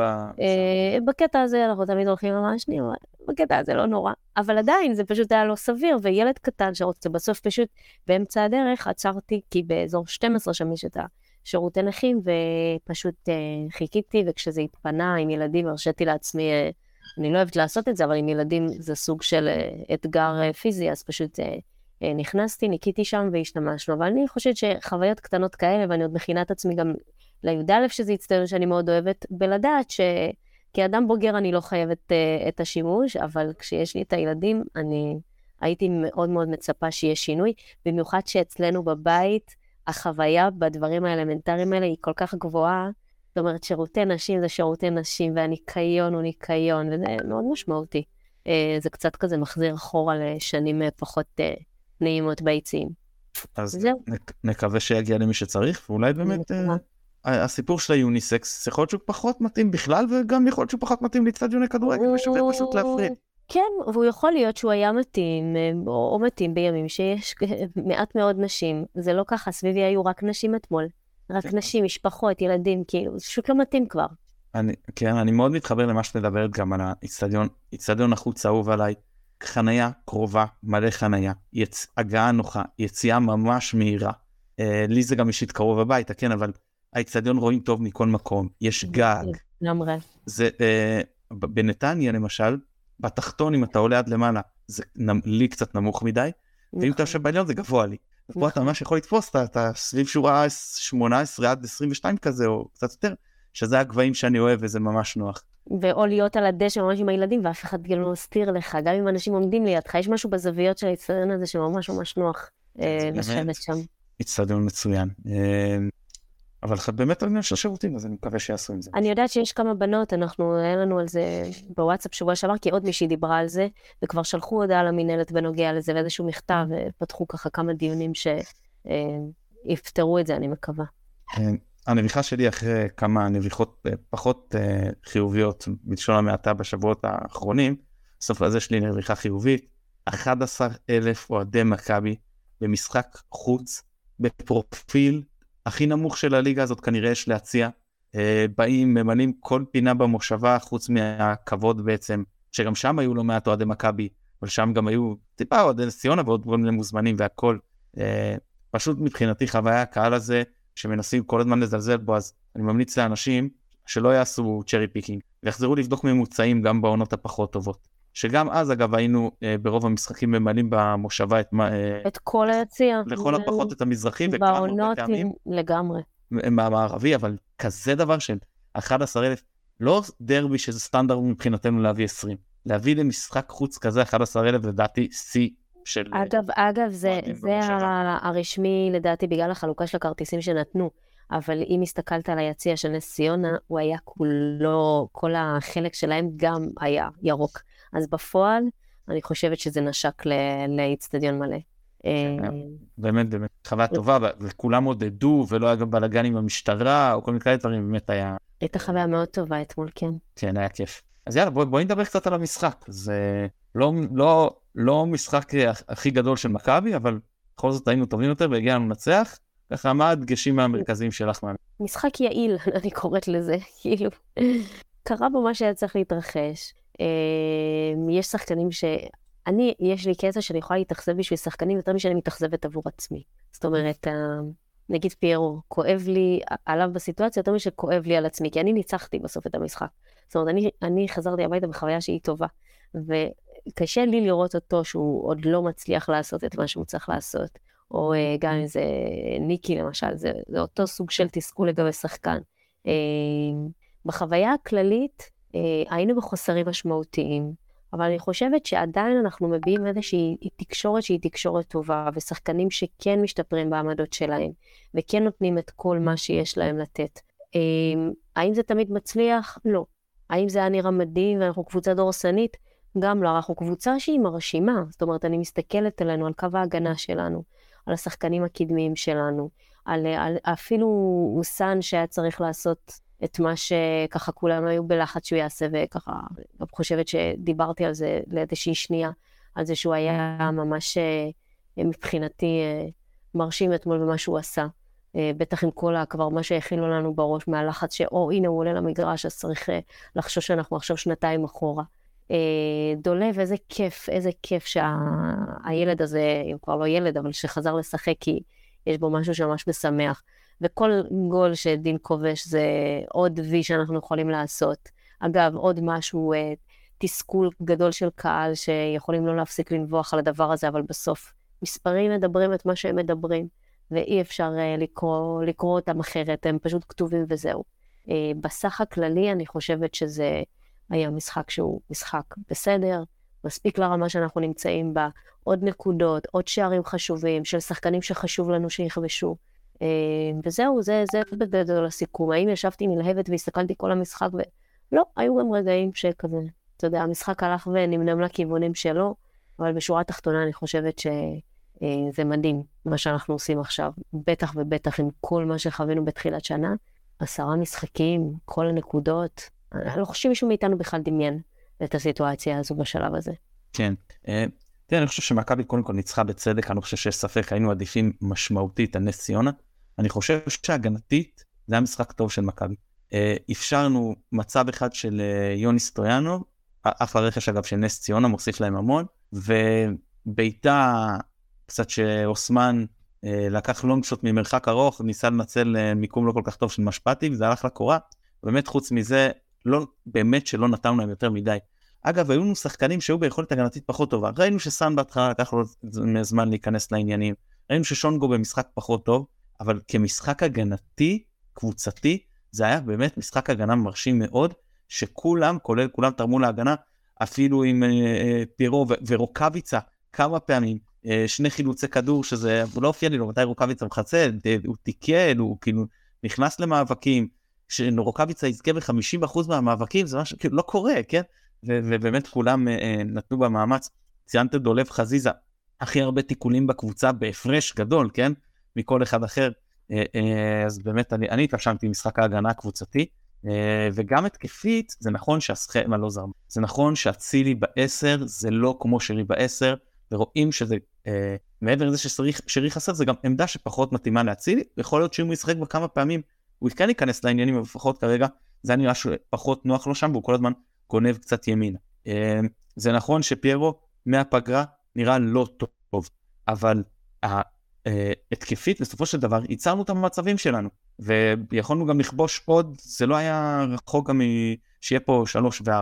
B: בקטע הזה אנחנו תמיד הולכים למעשנים, בקטע הזה לא נורא, אבל עדיין זה פשוט היה לא סביר, וילד קטן שרוצה בסוף פשוט באמצע הדרך עצרתי, כי באזור 12 שם יש את השירותי נכים, ופשוט חיכיתי, וכשזה התפנה עם ילדים, הרשיתי לעצמי, אני לא אוהבת לעשות את זה, אבל עם ילדים זה סוג של אתגר פיזי, אז פשוט נכנסתי, ניקיתי שם והשתמשנו, אבל אני חושבת שחוויות קטנות כאלה, ואני עוד מכינה את עצמי גם לי"א שזה יצטער שאני מאוד אוהבת, בלדעת שכאדם בוגר אני לא חייבת את השימוש, אבל כשיש לי את הילדים, אני הייתי מאוד מאוד מצפה שיהיה שינוי, במיוחד שאצלנו בבית, החוויה בדברים האלמנטריים האלה היא כל כך גבוהה, זאת אומרת, שירותי נשים זה שירותי נשים, והניקיון הוא ניקיון, וזה מאוד משמעותי. זה קצת כזה מחזיר אחורה לשנים פחות נעימות ביציעים.
A: אז נקווה שיגיע למי שצריך, ואולי באמת... הסיפור של היוניסקס, יכול להיות שהוא פחות מתאים בכלל, וגם יכול להיות שהוא פחות מתאים לאצטדיוני כדורגל, ושווה פשוט להפריד.
B: כן, והוא יכול להיות שהוא היה מתאים, או מתאים בימים שיש מעט מאוד נשים. זה לא ככה, סביבי היו רק נשים אתמול. רק נשים, משפחות, ילדים, כאילו, זה פשוט לא מתאים כבר.
A: כן, אני מאוד מתחבר למה שאת מדברת גם על האצטדיון החוץ האהוב עליי. חנייה קרובה, מלא חנייה, הגעה נוחה, יציאה ממש מהירה. לי זה גם אישית קרוב הביתה, כן, אבל האצטדיון רואים טוב מכל מקום, יש גג.
B: נמרה.
A: זה, בנתניה למשל, בתחתון אם אתה עולה עד למעלה, זה לי קצת נמוך מדי, ואם אתה יושב בעליון זה גבוה לי. ופה אתה ממש יכול לתפוס, אתה סביב שורה 18 עד 22 כזה, או קצת יותר, שזה הגבהים שאני אוהב וזה ממש נוח.
B: ואו להיות על הדשא ממש עם הילדים, ואף אחד לא מסתיר לך, גם אם אנשים עומדים לידך, יש משהו בזוויות של האצטדיון הזה שממש ממש נוח לשבת שם.
A: אצטדיון מצוין. אבל באמת העניין של השירותים, אז אני מקווה שיעשו עם זה.
B: אני יודעת שיש כמה בנות, היה לנו על זה בוואטסאפ שבוע שעבר, כי עוד מישהי דיברה על זה, וכבר שלחו הודעה למנהלת בנוגע לזה, ואיזשהו מכתב, ופתחו ככה כמה דיונים שיפתרו את זה, אני מקווה.
A: הנביחה שלי אחרי כמה נביחות פחות חיוביות, בלשון המעטה בשבועות האחרונים, בסוף הזה שלי נביחה חיובית, 11,000 אוהדי מכבי במשחק חוץ, בפרופיל, הכי נמוך של הליגה הזאת כנראה יש להציע, באים, ממלאים כל פינה במושבה, חוץ מהכבוד בעצם, שגם שם היו לא מעט אוהדי מכבי, אבל שם גם היו טיפה אוהדי נס ציונה, ועוד כל מיני מוזמנים והכל, פשוט מבחינתי חוויה הקהל הזה, שמנסים כל הזמן לזלזל בו, אז אני ממליץ לאנשים שלא יעשו צ'רי פיקינג, ויחזרו לבדוק ממוצעים גם בעונות הפחות טובות. שגם אז אגב היינו ברוב המשחקים ממלאים במושבה
B: את כל היציע.
A: לכל הפחות את המזרחי, וכמה הרבה פעמים
B: לגמרי.
A: מהמערבי, אבל כזה דבר של 11,000, לא דרבי שזה סטנדרט מבחינתנו להביא 20, להביא למשחק חוץ כזה 11,000 לדעתי שיא של...
B: אגב, זה הרשמי לדעתי בגלל החלוקה של הכרטיסים שנתנו, אבל אם הסתכלת על היציע של נס ציונה, הוא היה כולו, כל החלק שלהם גם היה ירוק. אז בפועל, אני חושבת שזה נשק לאצטדיון מלא.
A: באמת, חוויה טובה, וכולם עודדו, ולא היה גם בלגן עם המשטרה, או כל מיני כאלה דברים, באמת היה...
B: הייתה חוויה מאוד טובה אתמול, כן.
A: כן, היה כיף. אז יאללה, בואי נדבר קצת על המשחק. זה לא משחק הכי גדול של מכבי, אבל בכל זאת היינו טובים יותר, והגיע לנו לנצח. ככה, מה הדגשים המרכזיים שלך?
B: משחק יעיל, אני קוראת לזה, כאילו. קרה בו מה שהיה צריך להתרחש. יש שחקנים יש לי קטע שאני יכולה להתאכזב בשביל שחקנים יותר משאני מתאכזבת עבור עצמי. זאת אומרת, נגיד פיירו, כואב לי עליו בסיטואציה יותר משכואב לי על עצמי, כי אני ניצחתי בסוף את המשחק. זאת אומרת, אני חזרתי הביתה בחוויה שהיא טובה, וקשה לי לראות אותו שהוא עוד לא מצליח לעשות את מה שהוא צריך לעשות, או גם אם זה ניקי למשל, זה אותו סוג של תסכול לגבי שחקן. בחוויה הכללית, היינו בחוסרים משמעותיים, אבל אני חושבת שעדיין אנחנו מביאים איזושהי תקשורת שהיא תקשורת טובה, ושחקנים שכן משתפרים בעמדות שלהם, וכן נותנים את כל מה שיש להם לתת. האם זה תמיד מצליח? לא. האם זה היה נראה מדהים ואנחנו קבוצה דורסנית? גם לא. אנחנו קבוצה שהיא מרשימה. זאת אומרת, אני מסתכלת עלינו, על קו ההגנה שלנו, על השחקנים הקדמיים שלנו, על אפילו אוסן שהיה צריך לעשות את מה שככה כולם היו בלחץ שהוא יעשה, וככה, אני חושבת שדיברתי על זה לאיזושהי שנייה, על זה שהוא היה ממש מבחינתי מרשים אתמול במה שהוא עשה. בטח עם כל כבר מה שהכילו לנו בראש מהלחץ הנה הוא עולה למגרש, אז צריך לחשוב שאנחנו עכשיו שנתיים אחורה. דולב, איזה כיף שהילד הזה, אם כבר לא ילד, אבל שחזר לשחק, כי יש בו משהו שממש משמח. וכל גול שדין כובש זה עוד וי שאנחנו יכולים לעשות. אגב, עוד משהו, תסכול גדול של קהל שיכולים לא להפסיק לנבוח על הדבר הזה, אבל בסוף מספרים מדברים את מה שהם מדברים, ואי אפשר לקרוא אותם אחרת, הם פשוט כתובים וזהו. בסך הכללי אני חושבת שזה היה משחק שהוא משחק בסדר, מספיק לרמה שאנחנו נמצאים בה, עוד נקודות, עוד שערים חשובים, של שחקנים שחשוב לנו שיכבשו. וזהו, זה בגדול הסיכום. האם ישבתי מלהבת והסתכלתי כל המשחק לא, היו גם רגעים שכזה, אתה יודע, המשחק הלך ונמנם לכיוונים שלו, אבל בשורה התחתונה אני חושבת שזה מדהים מה שאנחנו עושים עכשיו, בטח ובטח עם כל מה שחווינו בתחילת שנה, 10 משחקים, כל הנקודות, אני לא חושב מישהו מאיתנו בכלל דמיין את הסיטואציה הזו בשלב הזה.
A: כן, אני חושב שמכבי קודם כל ניצחה בצדק, אני חושב שיש ספק, היינו עדיפים משמעותית על נס ציונה, אני חושב שהגנתית זה היה משחק טוב של מכבי. אפשרנו מצב אחד של יוני סטויאנו, אחלה רכש אגב של נס ציונה, מוסיף להם המון, וביתה קצת שאוסמן לקח לונגשוט ממרחק ארוך, ניסה לנצל מיקום לא כל כך טוב של משפטי, וזה הלך לקורה, באמת חוץ מזה, באמת שלא נתנו להם יותר מדי. אגב, היו לנו שחקנים שהיו ביכולת הגנתית פחות טובה, ראינו שסן בהתחלה לקח לו זמן להיכנס לעניינים, ראינו ששונגו במשחק פחות טוב, אבל כמשחק הגנתי, קבוצתי, זה היה באמת משחק הגנה מרשים מאוד, שכולם, כולל כולם תרמו להגנה, אפילו עם פירו ורוקביצה, כמה פעמים, 2 חילוצי כדור, שזה לא אופיע לי לו, מתי רוקביצה מחצה, הוא תיקל, הוא כאילו נכנס למאבקים, שרוקביצה יזכה ב-50% מהמאבקים, זה משהו כאילו לא קורה, כן? ובאמת כולם נתנו במאמץ, ציינתם דולב חזיזה, הכי הרבה תיקולים בקבוצה בהפרש גדול, כן? מכל אחד אחר, אז באמת אני התרשמתי משחק ההגנה הקבוצתי, וגם התקפית, זה נכון שהסכמה לא זרמה, זה נכון שהצילי ב10 זה לא כמו שרי ב10, ורואים שזה, מעבר לזה ששרי חסר, זה גם עמדה שפחות מתאימה להצילי, יכול להיות שאם הוא ישחק בכמה פעמים, הוא כן ייכנס לעניינים, אבל לפחות כרגע, זה נראה שפחות נוח לו שם, והוא כל הזמן גונב קצת ימינה. זה נכון שפיירו מהפגרה נראה לא טוב, אבל התקפית בסופו של דבר ייצרנו את המצבים שלנו, ויכולנו גם לכבוש עוד, זה לא היה רחוק גם שיהיה פה 3 ו4.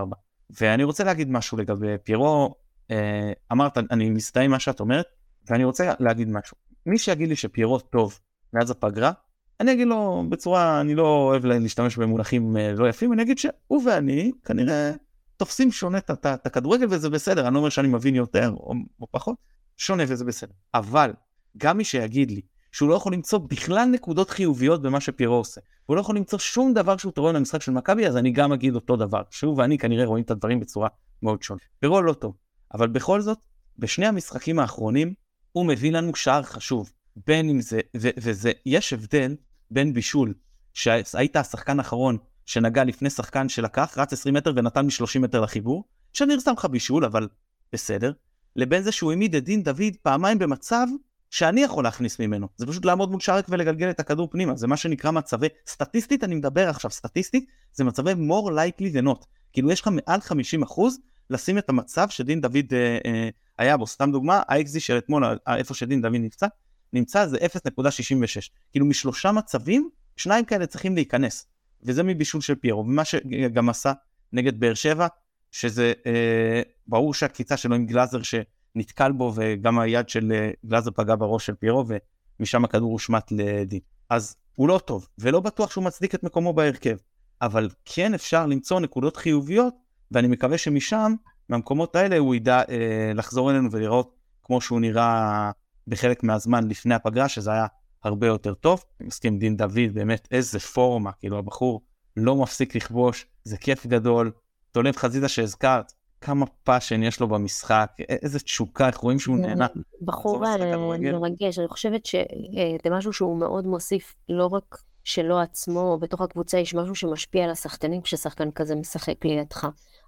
A: ואני רוצה להגיד משהו לגבי פירו, אמרת, אני מזדהה עם מה שאת אומרת, ואני רוצה להגיד משהו. מי שיגיד לי שפירו טוב מאז הפגרה, אני אגיד לו בצורה, אני לא אוהב להשתמש במונחים לא יפים, אני אגיד שהוא ואני כנראה תופסים שונה את הכדורגל, וזה בסדר, אני לא אומר שאני מבין יותר או פחות, שונה וזה בסדר. אבל גם מי שיגיד לי שהוא לא יכול למצוא בכלל נקודות חיוביות במה שפירו עושה, הוא לא יכול למצוא שום דבר שהוא תורם למשחק של מכבי, אז אני גם אגיד אותו דבר, שהוא ואני כנראה רואים את הדברים בצורה מאוד שונה. פירו לא טוב, אבל בכל זאת, בשני המשחקים האחרונים, הוא מביא לנו שער חשוב, בין אם זה, וזה, יש הבדל בין בישול, שהיית השחקן האחרון שנגע לפני שחקן שלקח, רץ 20 מטר ונתן מ-30 מטר לחיבור, שאני שם לך בישול, אבל בסדר, לבין זה שהוא העמיד את דין דוד פעמיים במצב שאני יכול להכניס ממנו. זה פשוט לעמוד מול שער ולגלגל את הכדור פנימה. זה מה שנקרא מצבי, סטטיסטית אני מדבר עכשיו, סטטיסטית, זה מצבי more likely than not. כאילו יש לך מעל 50% לשים את המצב שדין דוד היה בו. סתם דוגמה, ה-XG של אתמול, איפה שדין דוד נמצא זה 0.66. כאילו משלושה מצבים, שניים כאלה צריכים להיכנס. וזה מבישול של פיירו. ומה שגם עשה נגד באר שבע, שזה ברור שהקפיצה שלו עם גלאזר שנתקל בו, וגם היד של גלאזר פגע בראש של פיירו, ומשם הכדור הושמט לדין. אז הוא לא טוב, ולא בטוח שהוא מצדיק את מקומו בהרכב. אבל כן אפשר למצוא נקודות חיוביות, ואני מקווה שמשם, מהמקומות האלה, הוא ידע לחזור אלינו ולראות כמו שהוא נראה בחלק מהזמן לפני הפגרה, שזה היה הרבה יותר טוב. אני מסכים, דין דוד, באמת איזה פורמה, כאילו הבחור לא מפסיק לכבוש, זה כיף גדול, תולב חזיזה שהזכרת, כמה פאשן יש לו במשחק, איזה תשוקה, איך רואים שהוא נהנה.
B: בחור מרגש, אני חושבת שזה משהו שהוא מאוד מוסיף, לא רק שלו עצמו, בתוך הקבוצה יש משהו שמשפיע על השחקנים, כששחקן כזה משחק לידך.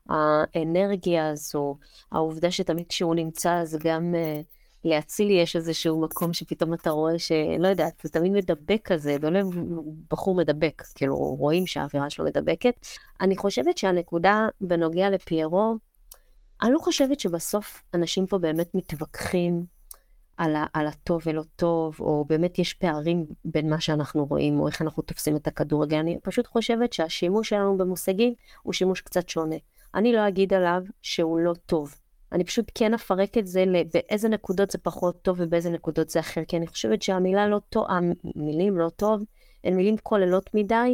B: האנרגיה הזו, העובדה שתמיד כשהוא נמצא, זה גם להציל יש איזשהו מקום שפתאום אתה רואה שלא יודעת, זה תמיד מדבק כזה, דולב בחור מדבק, כאילו רואים שהאווירה שלו מדבקת. אני חושבת שהנקודה בנוגע לפיירו, אני לא חושבת שבסוף אנשים פה באמת מתווכחים על הטוב ולא טוב, או באמת יש פערים בין מה שאנחנו רואים, או איך אנחנו תופסים את הכדורגל. אני פשוט חושבת שהשימוש שלנו במושגים הוא שימוש קצת שונה. אני לא אגיד עליו שהוא לא טוב. אני פשוט כן אפרק את זה באיזה נקודות זה פחות טוב ובאיזה נקודות זה אחר, כי אני חושבת שהמילה לא טוב, המילים לא טוב, הן מילים כוללות מדי,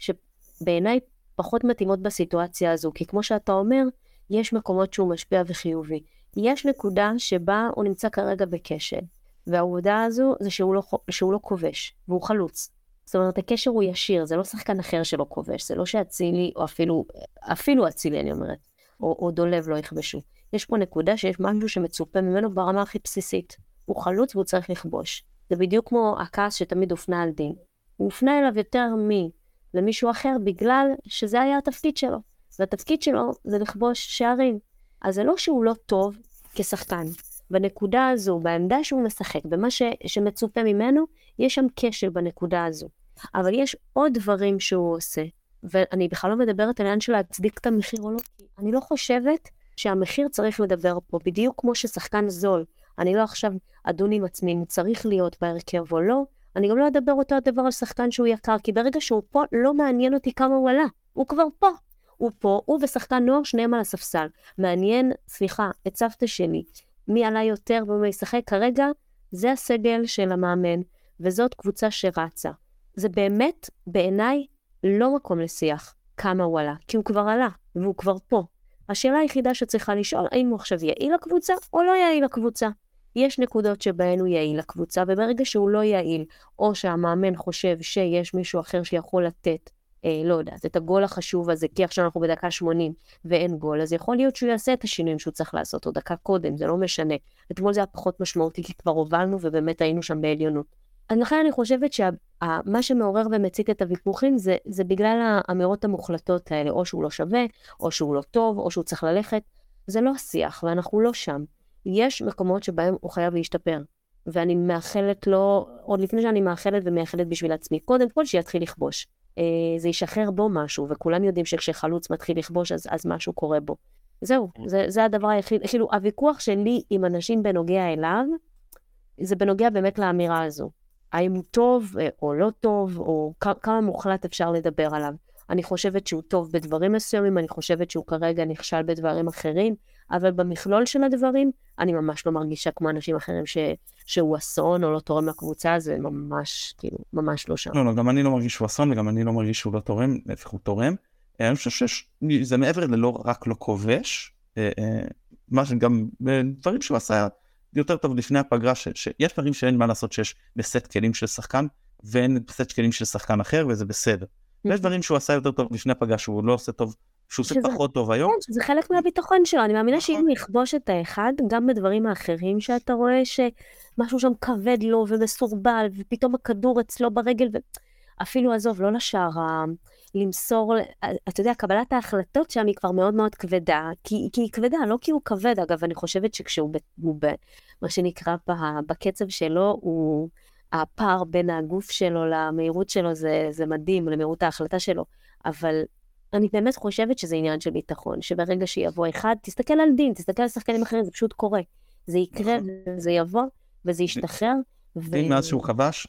B: שבעיניי פחות מתאימות בסיטואציה הזו, כי כמו שאתה אומר, יש מקומות שהוא משפיע וחיובי. יש נקודה שבה הוא נמצא כרגע בקשר, והעובדה הזו זה שהוא לא כובש, והוא חלוץ. זאת אומרת, הקשר הוא ישיר, זה לא שחקן אחר שלא כובש, זה לא שאצילי, או אפילו אצילי, אני אומרת, או דולב לא יכבשו. יש פה נקודה שיש משהו שמצופה ממנו ברמה הכי בסיסית. הוא חלוץ והוא צריך לכבוש. זה בדיוק כמו הכעס שתמיד הופנה על דין. הוא הופנה אליו יותר למישהו אחר בגלל שזה היה התפקיד שלו. והתפקיד שלו זה לכבוש שערים. אז זה לא שהוא לא טוב כשחקן. בנקודה הזו, בעמדה שהוא משחק, במה שמצופה ממנו, יש שם קשר בנקודה הזו. אבל יש עוד דברים שהוא עושה. ואני בכלל לא מדברת על העניין של להצדיק את המחיר או לא. אני לא חושבת שהמחיר צריך לדבר פה, בדיוק כמו ששחקן זול. אני לא עכשיו אדון עם עצמי, הוא צריך להיות בהרכב או לא. אני גם לא אדבר אותו הדבר על שחקן שהוא יקר, כי ברגע שהוא פה, לא מעניין אותי כמה הוא עלה. הוא כבר פה. הוא פה, הוא ושחקן נוער, שניהם על הספסל. מעניין, סליחה, את סבתא שלי, מי עלה יותר ומי ישחק כרגע, זה הסגל של המאמן, וזאת קבוצה שרצה. זה באמת, בעיניי, לא מקום לשיח כמה הוא עלה, כי הוא כבר עלה, והוא כבר פה. השאלה היחידה שצריכה לשאול, האם הוא עכשיו יעיל לקבוצה או לא יעיל לקבוצה. יש נקודות שבהן הוא יעיל לקבוצה, וברגע שהוא לא יעיל, או שהמאמן חושב שיש מישהו אחר שיכול לתת, לא יודעת, את הגול החשוב הזה, כי עכשיו אנחנו בדקה 80 ואין גול, אז יכול להיות שהוא יעשה את השינויים שהוא צריך לעשות, או דקה קודם, זה לא משנה. אתמול זה היה פחות משמעותי, כי כבר הובלנו ובאמת היינו שם בעליונות. אז לכן אני חושבת שמה שמעורר ומציק את הוויכוחים זה בגלל האמירות המוחלטות האלה, או שהוא לא שווה, או שהוא לא טוב, או שהוא צריך ללכת. זה לא השיח, ואנחנו לא שם. יש מקומות שבהם הוא חייב להשתפר, ואני מאחלת לו, עוד לפני שאני מאחלת ומאחלת בשביל עצמי, קודם כל שיתחיל לכבוש. זה ישחרר בו משהו, וכולם יודעים שכשחלוץ מתחיל לכבוש, אז משהו קורה בו. זהו, זה הדבר היחיד. כאילו, הוויכוח שלי עם אנשים בנוגע אליו, זה בנוגע באמת לאמירה הזו. האם הוא טוב או לא טוב, או כמה מוחלט אפשר לדבר עליו. אני חושבת שהוא טוב בדברים מסוימים, אני חושבת שהוא כרגע נכשל בדברים אחרים, אבל במכלול של הדברים, אני ממש לא מרגישה כמו אנשים אחרים שהוא אסון או לא תורם לקבוצה, זה ממש, כאילו, ממש לא שם.
A: לא, גם אני לא מרגיש שהוא אסון, וגם אני לא מרגיש שהוא לא תורם, להפך הוא תורם. אני חושב שזה מעבר ללא רק לא כובש, מה שגם דברים שהוא עשה יותר טוב לפני הפגרה, שיש דברים שאין מה לעשות שיש בסט כלים של שחקן, ואין בסט כלים של שחקן אחר, וזה בסדר. ויש דברים שהוא עשה יותר טוב לפני הפגרה, שהוא לא עושה טוב, שהוא עושה פחות טוב היום.
B: כן, שזה חלק מהביטחון שלו. אני מאמינה שאם הוא יכבוש את האחד, גם בדברים האחרים שאתה רואה שמשהו שם כבד לו ומסורבל, ופתאום הכדור אצלו ברגל, אפילו עזוב, לא לשער, למסור, אתה יודע, קבלת ההחלטות שם היא כבר מאוד מאוד כבדה, כי היא כבדה, לא כי הוא כבד, אגב, אני חושבת שכשהוא מה שנקרא בקצב שלו, הפער בין הגוף שלו למהירות שלו זה מדהים, למהירות ההחלטה שלו, אבל אני באמת חושבת שזה עניין של ביטחון, שברגע שיבוא אחד, תסתכל על דין, תסתכל על שחקנים אחרים, זה פשוט קורה. זה יקרה, זה יבוא, וזה ישתחרר.
A: דין מאז שהוא כבש,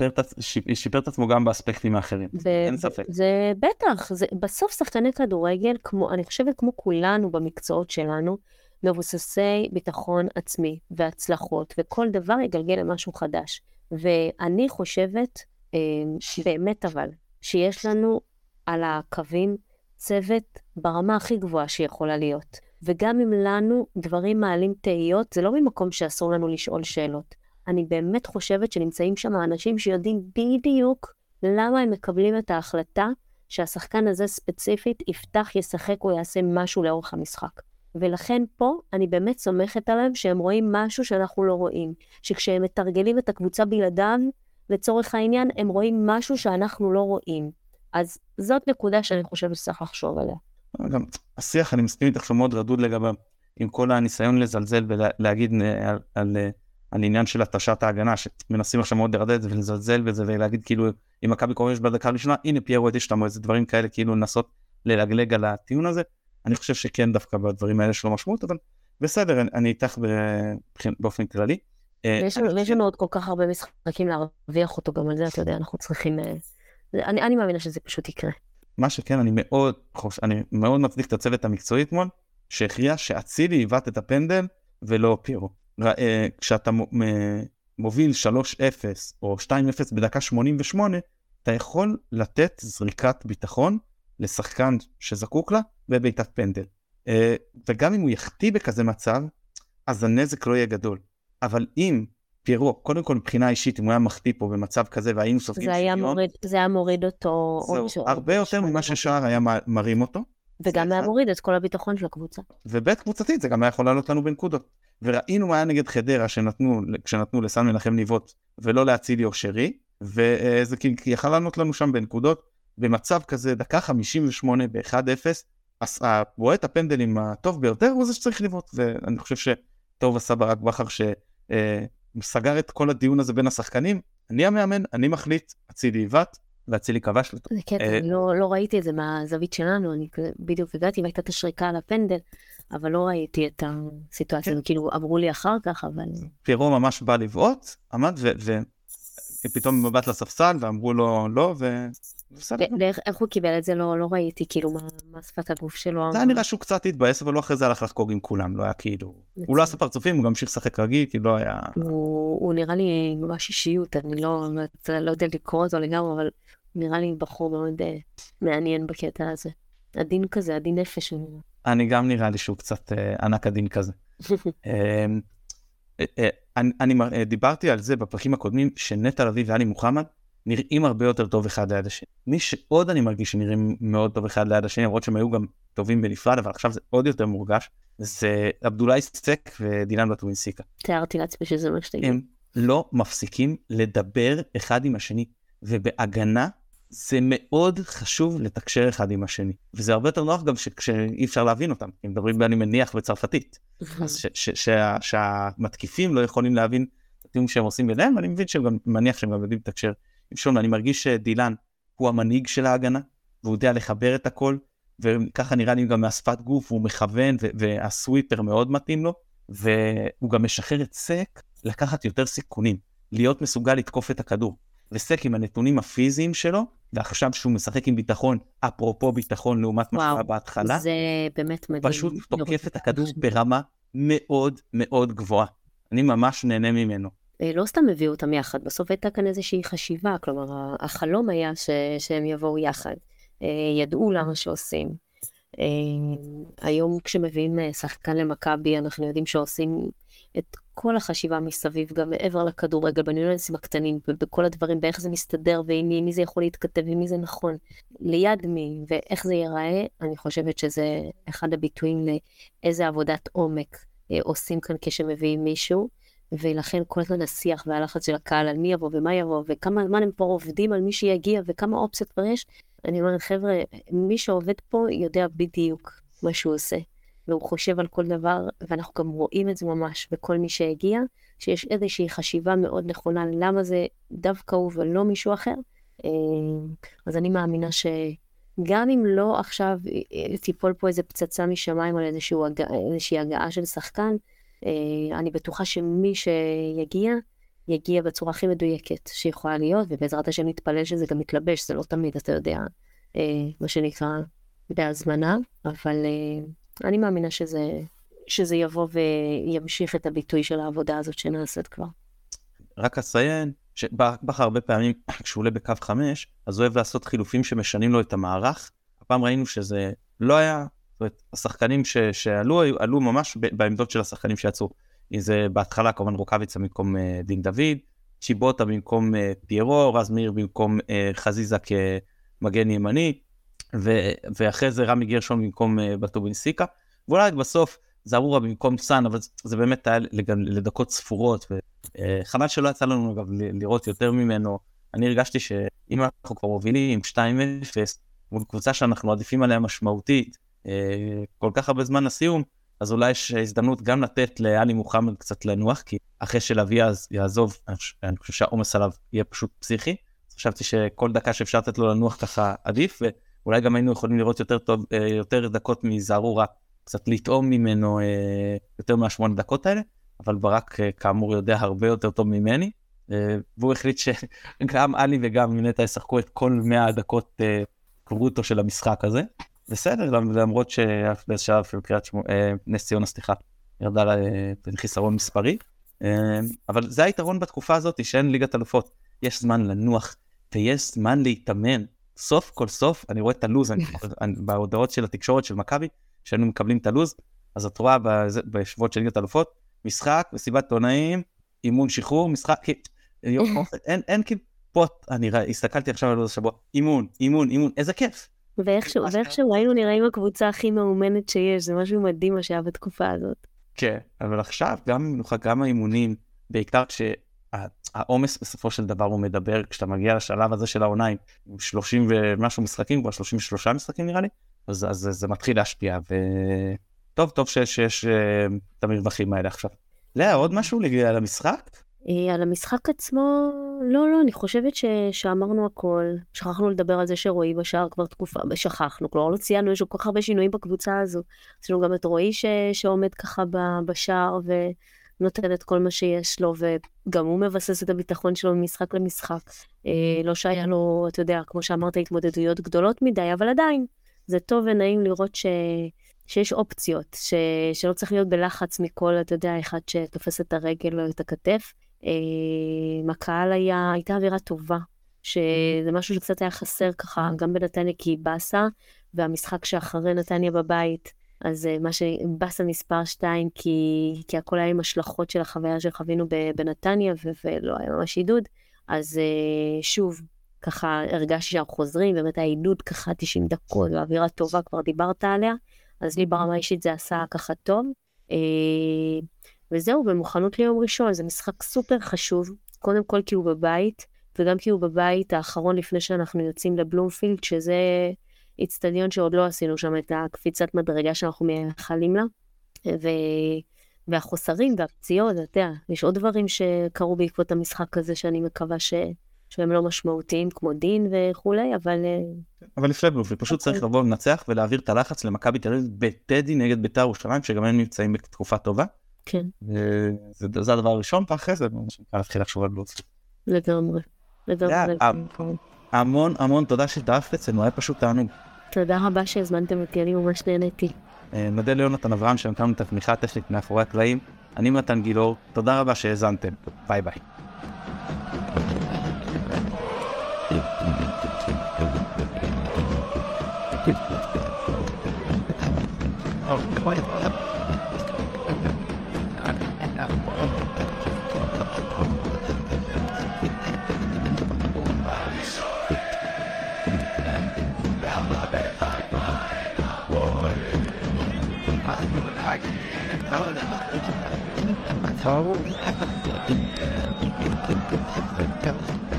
A: שיפר את עצמו גם באספקטים האחרים, אין ספק.
B: זה בטח, בסוף שחקני כדורגל, אני חושבת כמו כולנו במקצועות שלנו, מבוססי ביטחון עצמי והצלחות, וכל דבר יגלגל למשהו חדש. ואני חושבת, באמת אבל, שיש לנו על הקווים צוות ברמה הכי גבוהה שיכולה להיות. וגם אם לנו דברים מעלים תהיות, זה לא ממקום שאסור לנו לשאול שאלות. אני באמת חושבת שנמצאים שם אנשים שיודעים בדיוק למה הם מקבלים את ההחלטה שהשחקן הזה ספציפית יפתח, ישחק או יעשה משהו לאורך המשחק. ולכן פה אני באמת סומכת עליהם שהם רואים משהו שאנחנו לא רואים. שכשהם מתרגלים את הקבוצה בלעדיו, לצורך העניין, הם רואים משהו שאנחנו לא רואים. אז זאת נקודה שאני חושבת שצריך לחשוב עליה.
A: גם השיח, אני מסכים איתך שמאוד רדוד לגביו, עם כל הניסיון לזלזל ולהגיד על עניין של התשת ההגנה, שמנסים עכשיו מאוד לרדד את זה ולזלזל בזה, ולהגיד כאילו, אם מכבי כובש בדקה הראשונה, הנה פיירו התשתמו, איזה דברים כאלה, כאילו לנסות ללגלג על הטיעון הזה. אני חושב שכן דווקא בדברים האלה שלו משמעות, אבל בסדר, אני איתך באופן כללי.
B: ויש לנו עוד כל כך הרבה משחקים להרוויח אותו, גם על זה אתה יודע, אנחנו צריכים, אני מאמינה שזה פשוט יקרה.
A: מה שכן, אני מאוד מצדיק את הצוות המקצועי אתמול, שהכריע שאצילי עיוות את הפנדל ולא פיירו. כשאתה מוביל 3-0 או 2-0 בדקה 88, אתה יכול לתת זריקת ביטחון לשחקן שזקוק לה בביתת פנדל. וגם אם הוא יחטיא בכזה מצב, אז הנזק לא יהיה גדול. אבל אם פיירו, קודם כל מבחינה אישית, אם הוא היה מחטיא פה במצב כזה והיינו סופגים שוויון,
B: זה היה מוריד אותו
A: הרבה יותר ממה ששער היה מרים אותו.
B: וגם היה מוריד את כל הביטחון של הקבוצה.
A: ובית קבוצתית זה גם היה יכול לעלות לנו בנקודות. וראינו מה היה נגד חדרה כשנתנו לסן מנחם ניבות ולא להצילי או שרי, וזה יכל לענות לנו שם בנקודות. במצב כזה דקה 58 ב-1-0, בועט הפנדלים הטוב ביותר הוא זה שצריך לבעוט, ואני חושב שטוב עשה ברק בכר שסגר את כל הדיון הזה בין השחקנים. אני המאמן, אני מחליט, אצילי עיוות ואצילי כבש אותו.
B: זה קטע, אני לא ראיתי את זה מהזווית שלנו, אני בדיוק הגעתי והייתה את השריקה על הפנדל, אבל לא ראיתי את הסיטואציה, כאילו אמרו לי אחר כך, אבל...
A: פיירו ממש בא לבעוט, עמד ופתאום מבט לספסל ואמרו לו לא,
B: איך הוא קיבל את זה? לא ראיתי, כאילו, מה שפת הגוף שלו.
A: זה היה נראה שהוא קצת התבאס, אבל לא אחרי זה הלך לחגוג עם כולם, לא היה כאילו... הוא לא עשה פרצופים, הוא גם המשיך לשחק רגיל, כי לא היה...
B: הוא נראה לי ממש אישיות, אני לא יודע לקרוא אותו לגמרי, אבל נראה לי בחור מאוד מעניין בקטע הזה. הדין כזה, הדין נפש.
A: אני גם נראה לי שהוא קצת ענק הדין כזה. אני דיברתי על זה בפרקים הקודמים, שנטע לביא ואלי מוחמד נראים הרבה יותר טוב אחד ליד השני. מי שעוד אני מרגיש שנראים מאוד טוב אחד ליד השני, למרות שהם היו גם טובים בנפרד, אבל עכשיו זה עוד יותר מורגש, זה עבדולאי סק ודילן בטווינסיקה.
B: תיארתי לעצמי שזה מה שתגיד.
A: הם לא מפסיקים לדבר אחד עם השני, ובהגנה זה מאוד חשוב לתקשר אחד עם השני. וזה הרבה יותר נוח גם כשאי אפשר להבין אותם, הם מדברים אני מניח בצרפתית. אז שהמתקיפים לא יכולים להבין את התיאום שהם עושים ביניהם, ואני מבין שהם גם מניח שהם גם יודעים לתקשר. אני מרגיש שדילן הוא המנהיג של ההגנה, והוא יודע לחבר את הכל, וככה נראה לי גם מהשפת גוף, הוא מכוון, והסוויפר מאוד מתאים לו, והוא גם משחרר את סק לקחת יותר סיכונים, להיות מסוגל לתקוף את הכדור. וסק עם הנתונים הפיזיים שלו, ועכשיו שהוא משחק עם ביטחון, אפרופו ביטחון לעומת מה שהיה בהתחלה,
B: זה באמת מדהים.
A: פשוט תוקף את הכדור ברמה מאוד מאוד גבוהה. אני ממש נהנה ממנו.
B: לא סתם הביאו אותם יחד, בסוף הייתה כאן איזושהי חשיבה, כלומר, החלום היה שהם יבואו יחד, ידעו למה שעושים. היום כשמביאים שחקן למכבי, אנחנו יודעים שעושים את כל החשיבה מסביב, גם מעבר לכדורגל, בניואנסים הקטנים, בכל הדברים, באיך זה מסתדר, ועם מי זה יכול להתכתב, ועם מי זה נכון, ליד מי, ואיך זה ייראה, אני חושבת שזה אחד הביטויים לאיזה עבודת עומק עושים כאן כשמביאים מישהו, ולכן כל הזמן השיח והלחץ של הקהל על מי יבוא ומה יבוא, וכמה זמן הם פה עובדים על מי שיגיע, וכמה אופציות כבר יש. אני אומרת, חבר'ה, מי שעובד פה יודע בדיוק מה שהוא עושה, והוא חושב על כל דבר, ואנחנו גם רואים את זה ממש בכל מי שהגיע, שיש איזושהי חשיבה מאוד נכונה למה זה דווקא הוא ולא מישהו אחר. אז אני מאמינה שגם אם לא עכשיו תיפול פה איזה פצצה משמיים על איזושהי הגעה של שחקן, אני בטוחה שמי יגיע בצורה הכי מדויקת שיכולה להיות, ובעזרת השם נתפלל שזה גם מתלבש, זה לא תמיד, אתה יודע, מה שנקרא בהזמנה, אבל אני מאמינה שזה יבוא וימשיך את הביטוי של העבודה הזאת שנעשית כבר.
A: רק אציין שבכר הרבה פעמים כשהוא עולה בקו 5, אז הוא אוהב לעשות חילופים שמשנים לו את המערך. הפעם ראינו שזה לא היה, זאת אומרת, השחקנים שעלו, עלו ממש בעמדות של השחקנים שיצאו. זה בהתחלה כמובן רוקביצה במקום דין דוד, צ'יבוטה במקום פיירו, רז מאיר במקום חזיזה כמגן ימני, ואחרי זה רמי גרשון במקום בטובינסיקה, ואולי בסוף זרורה במקום סן, אבל זה באמת היה לדקות ספורות, וחבל שלא יצא לנו אגב לראות יותר ממנו. אני הרגשתי שאם אנחנו כבר מובילים 2-0, מול קבוצה שאנחנו עדיפים עליה משמעותית, כל כך הרבה זמן לסיום, אז אולי יש הזדמנות גם לתת לאלי מוחמד קצת לנוח, כי אחרי שלאביה יעזוב, אני חושב שהעומס עליו יהיה פשוט פסיכי. חשבתי שכל דקה שאפשר לתת לו לנוח ככה עדיף, ואולי גם היינו יכולים לראות יותר דקות מזערורה, קצת לטעום ממנו יותר מה8 דקות האלה, אבל ברק כאמור יודע הרבה יותר טוב ממני, והוא החליט שגם אלי וגם נטע ישחקו את כל 100 דקות קרוטו של המשחק הזה. בסדר, למרות שבאיזה שלב של נס ציונה, ירדה לחיסרון מספרי, אבל זה היתרון בתקופה הזאת, שאין ליגת אלופות, יש זמן לנוח, ויש זמן להתאמן, סוף כל סוף, אני רואה את הלוז, בהודעות של התקשורת של מכבי, שהיינו מקבלים את הלוז, אז את רואה בשבועות של ליגת אלופות, משחק, מסיבת עיתונאים, אימון שחרור, משחק, אין פה, אני הסתכלתי עכשיו על השבוע, אימון, איזה כיף.
B: ואיכשהו היינו נראים הקבוצה הכי מאומנת שיש, זה משהו מדהים מה שהיה בתקופה הזאת.
A: כן, אבל עכשיו גם האימונים, בעיקר שהעומס בסופו של דבר הוא מדבר, כשאתה מגיע לשלב הזה של העוניים, עם 30 ומשהו משחקים, כבר 33 משחקים נראה לי, אז זה מתחיל להשפיע, וטוב שיש את המרווחים האלה עכשיו. לאה, עוד משהו על המשחק?
B: על המשחק עצמו, לא, אני חושבת שאמרנו הכל, שכחנו לדבר על זה שרועי בשער כבר תקופה, שכחנו, כלומר לא ציינו, יש כל כך הרבה שינויים בקבוצה הזו, יש לנו גם את רועי שעומד ככה בשער ונותן את כל מה שיש לו, וגם הוא מבסס את הביטחון שלו ממשחק למשחק, לא שהיה לו, אתה יודע, כמו שאמרת, התמודדויות גדולות מדי, אבל עדיין, זה טוב ונעים לראות שיש אופציות, שלא צריך להיות בלחץ מכל, אתה יודע, אחד שתופס את הרגל או את הכתף, הקהל הייתה אווירה טובה, שזה משהו שקצת היה חסר ככה, גם בנתניה כי היא בסה, והמשחק שאחרי נתניה בבית, אז מה שבסה מספר 2, כי הכל היה עם השלכות של החוויה שחווינו בנתניה, ולא היה ממש עידוד, אז שוב, ככה הרגשתי שאנחנו חוזרים, באמת העידוד ככה 90 דקות, והאווירה טובה, כבר דיברת עליה, אז לי ברמה אישית זה עשה ככה טוב, וזהו, במוכנות ליום ראשון, זה משחק סופר חשוב, קודם כל כי הוא בבית, וגם כי הוא בבית האחרון לפני שאנחנו יוצאים לבלומפילד, שזה אצטדיון שעוד לא עשינו שם את הקפיצת מדרגה שאנחנו מייחלים לה, והחוסרים והפציעות, אתה יודע, יש עוד דברים שקרו בעקבות המשחק הזה, שאני מקווה שהם לא משמעותיים, כמו דין וכולי,
A: אבל לפני בלומפילד, פשוט צריך לבוא לנצח ולהעביר את הלחץ למכבי תל אביב בטדי נגד בית"ר ירושלים, שגם הם נמצאים בתקופה טובה.
B: כן.
A: זה הדבר הראשון, ואחרי זה להתחיל לחשוב על בלומפילד.
B: לגמרי.
A: המון תודה שהתארחת אצלנו, היה פשוט תענוג.
B: תודה רבה שהזמנתם אותי, אני ממש נהניתי.
A: נודה ליונתן אברהם שנתנו את התמיכה הטכנית מאחורי הקלעים. אני מתן גילאור, תודה רבה שהאזנתם. ביי ביי. How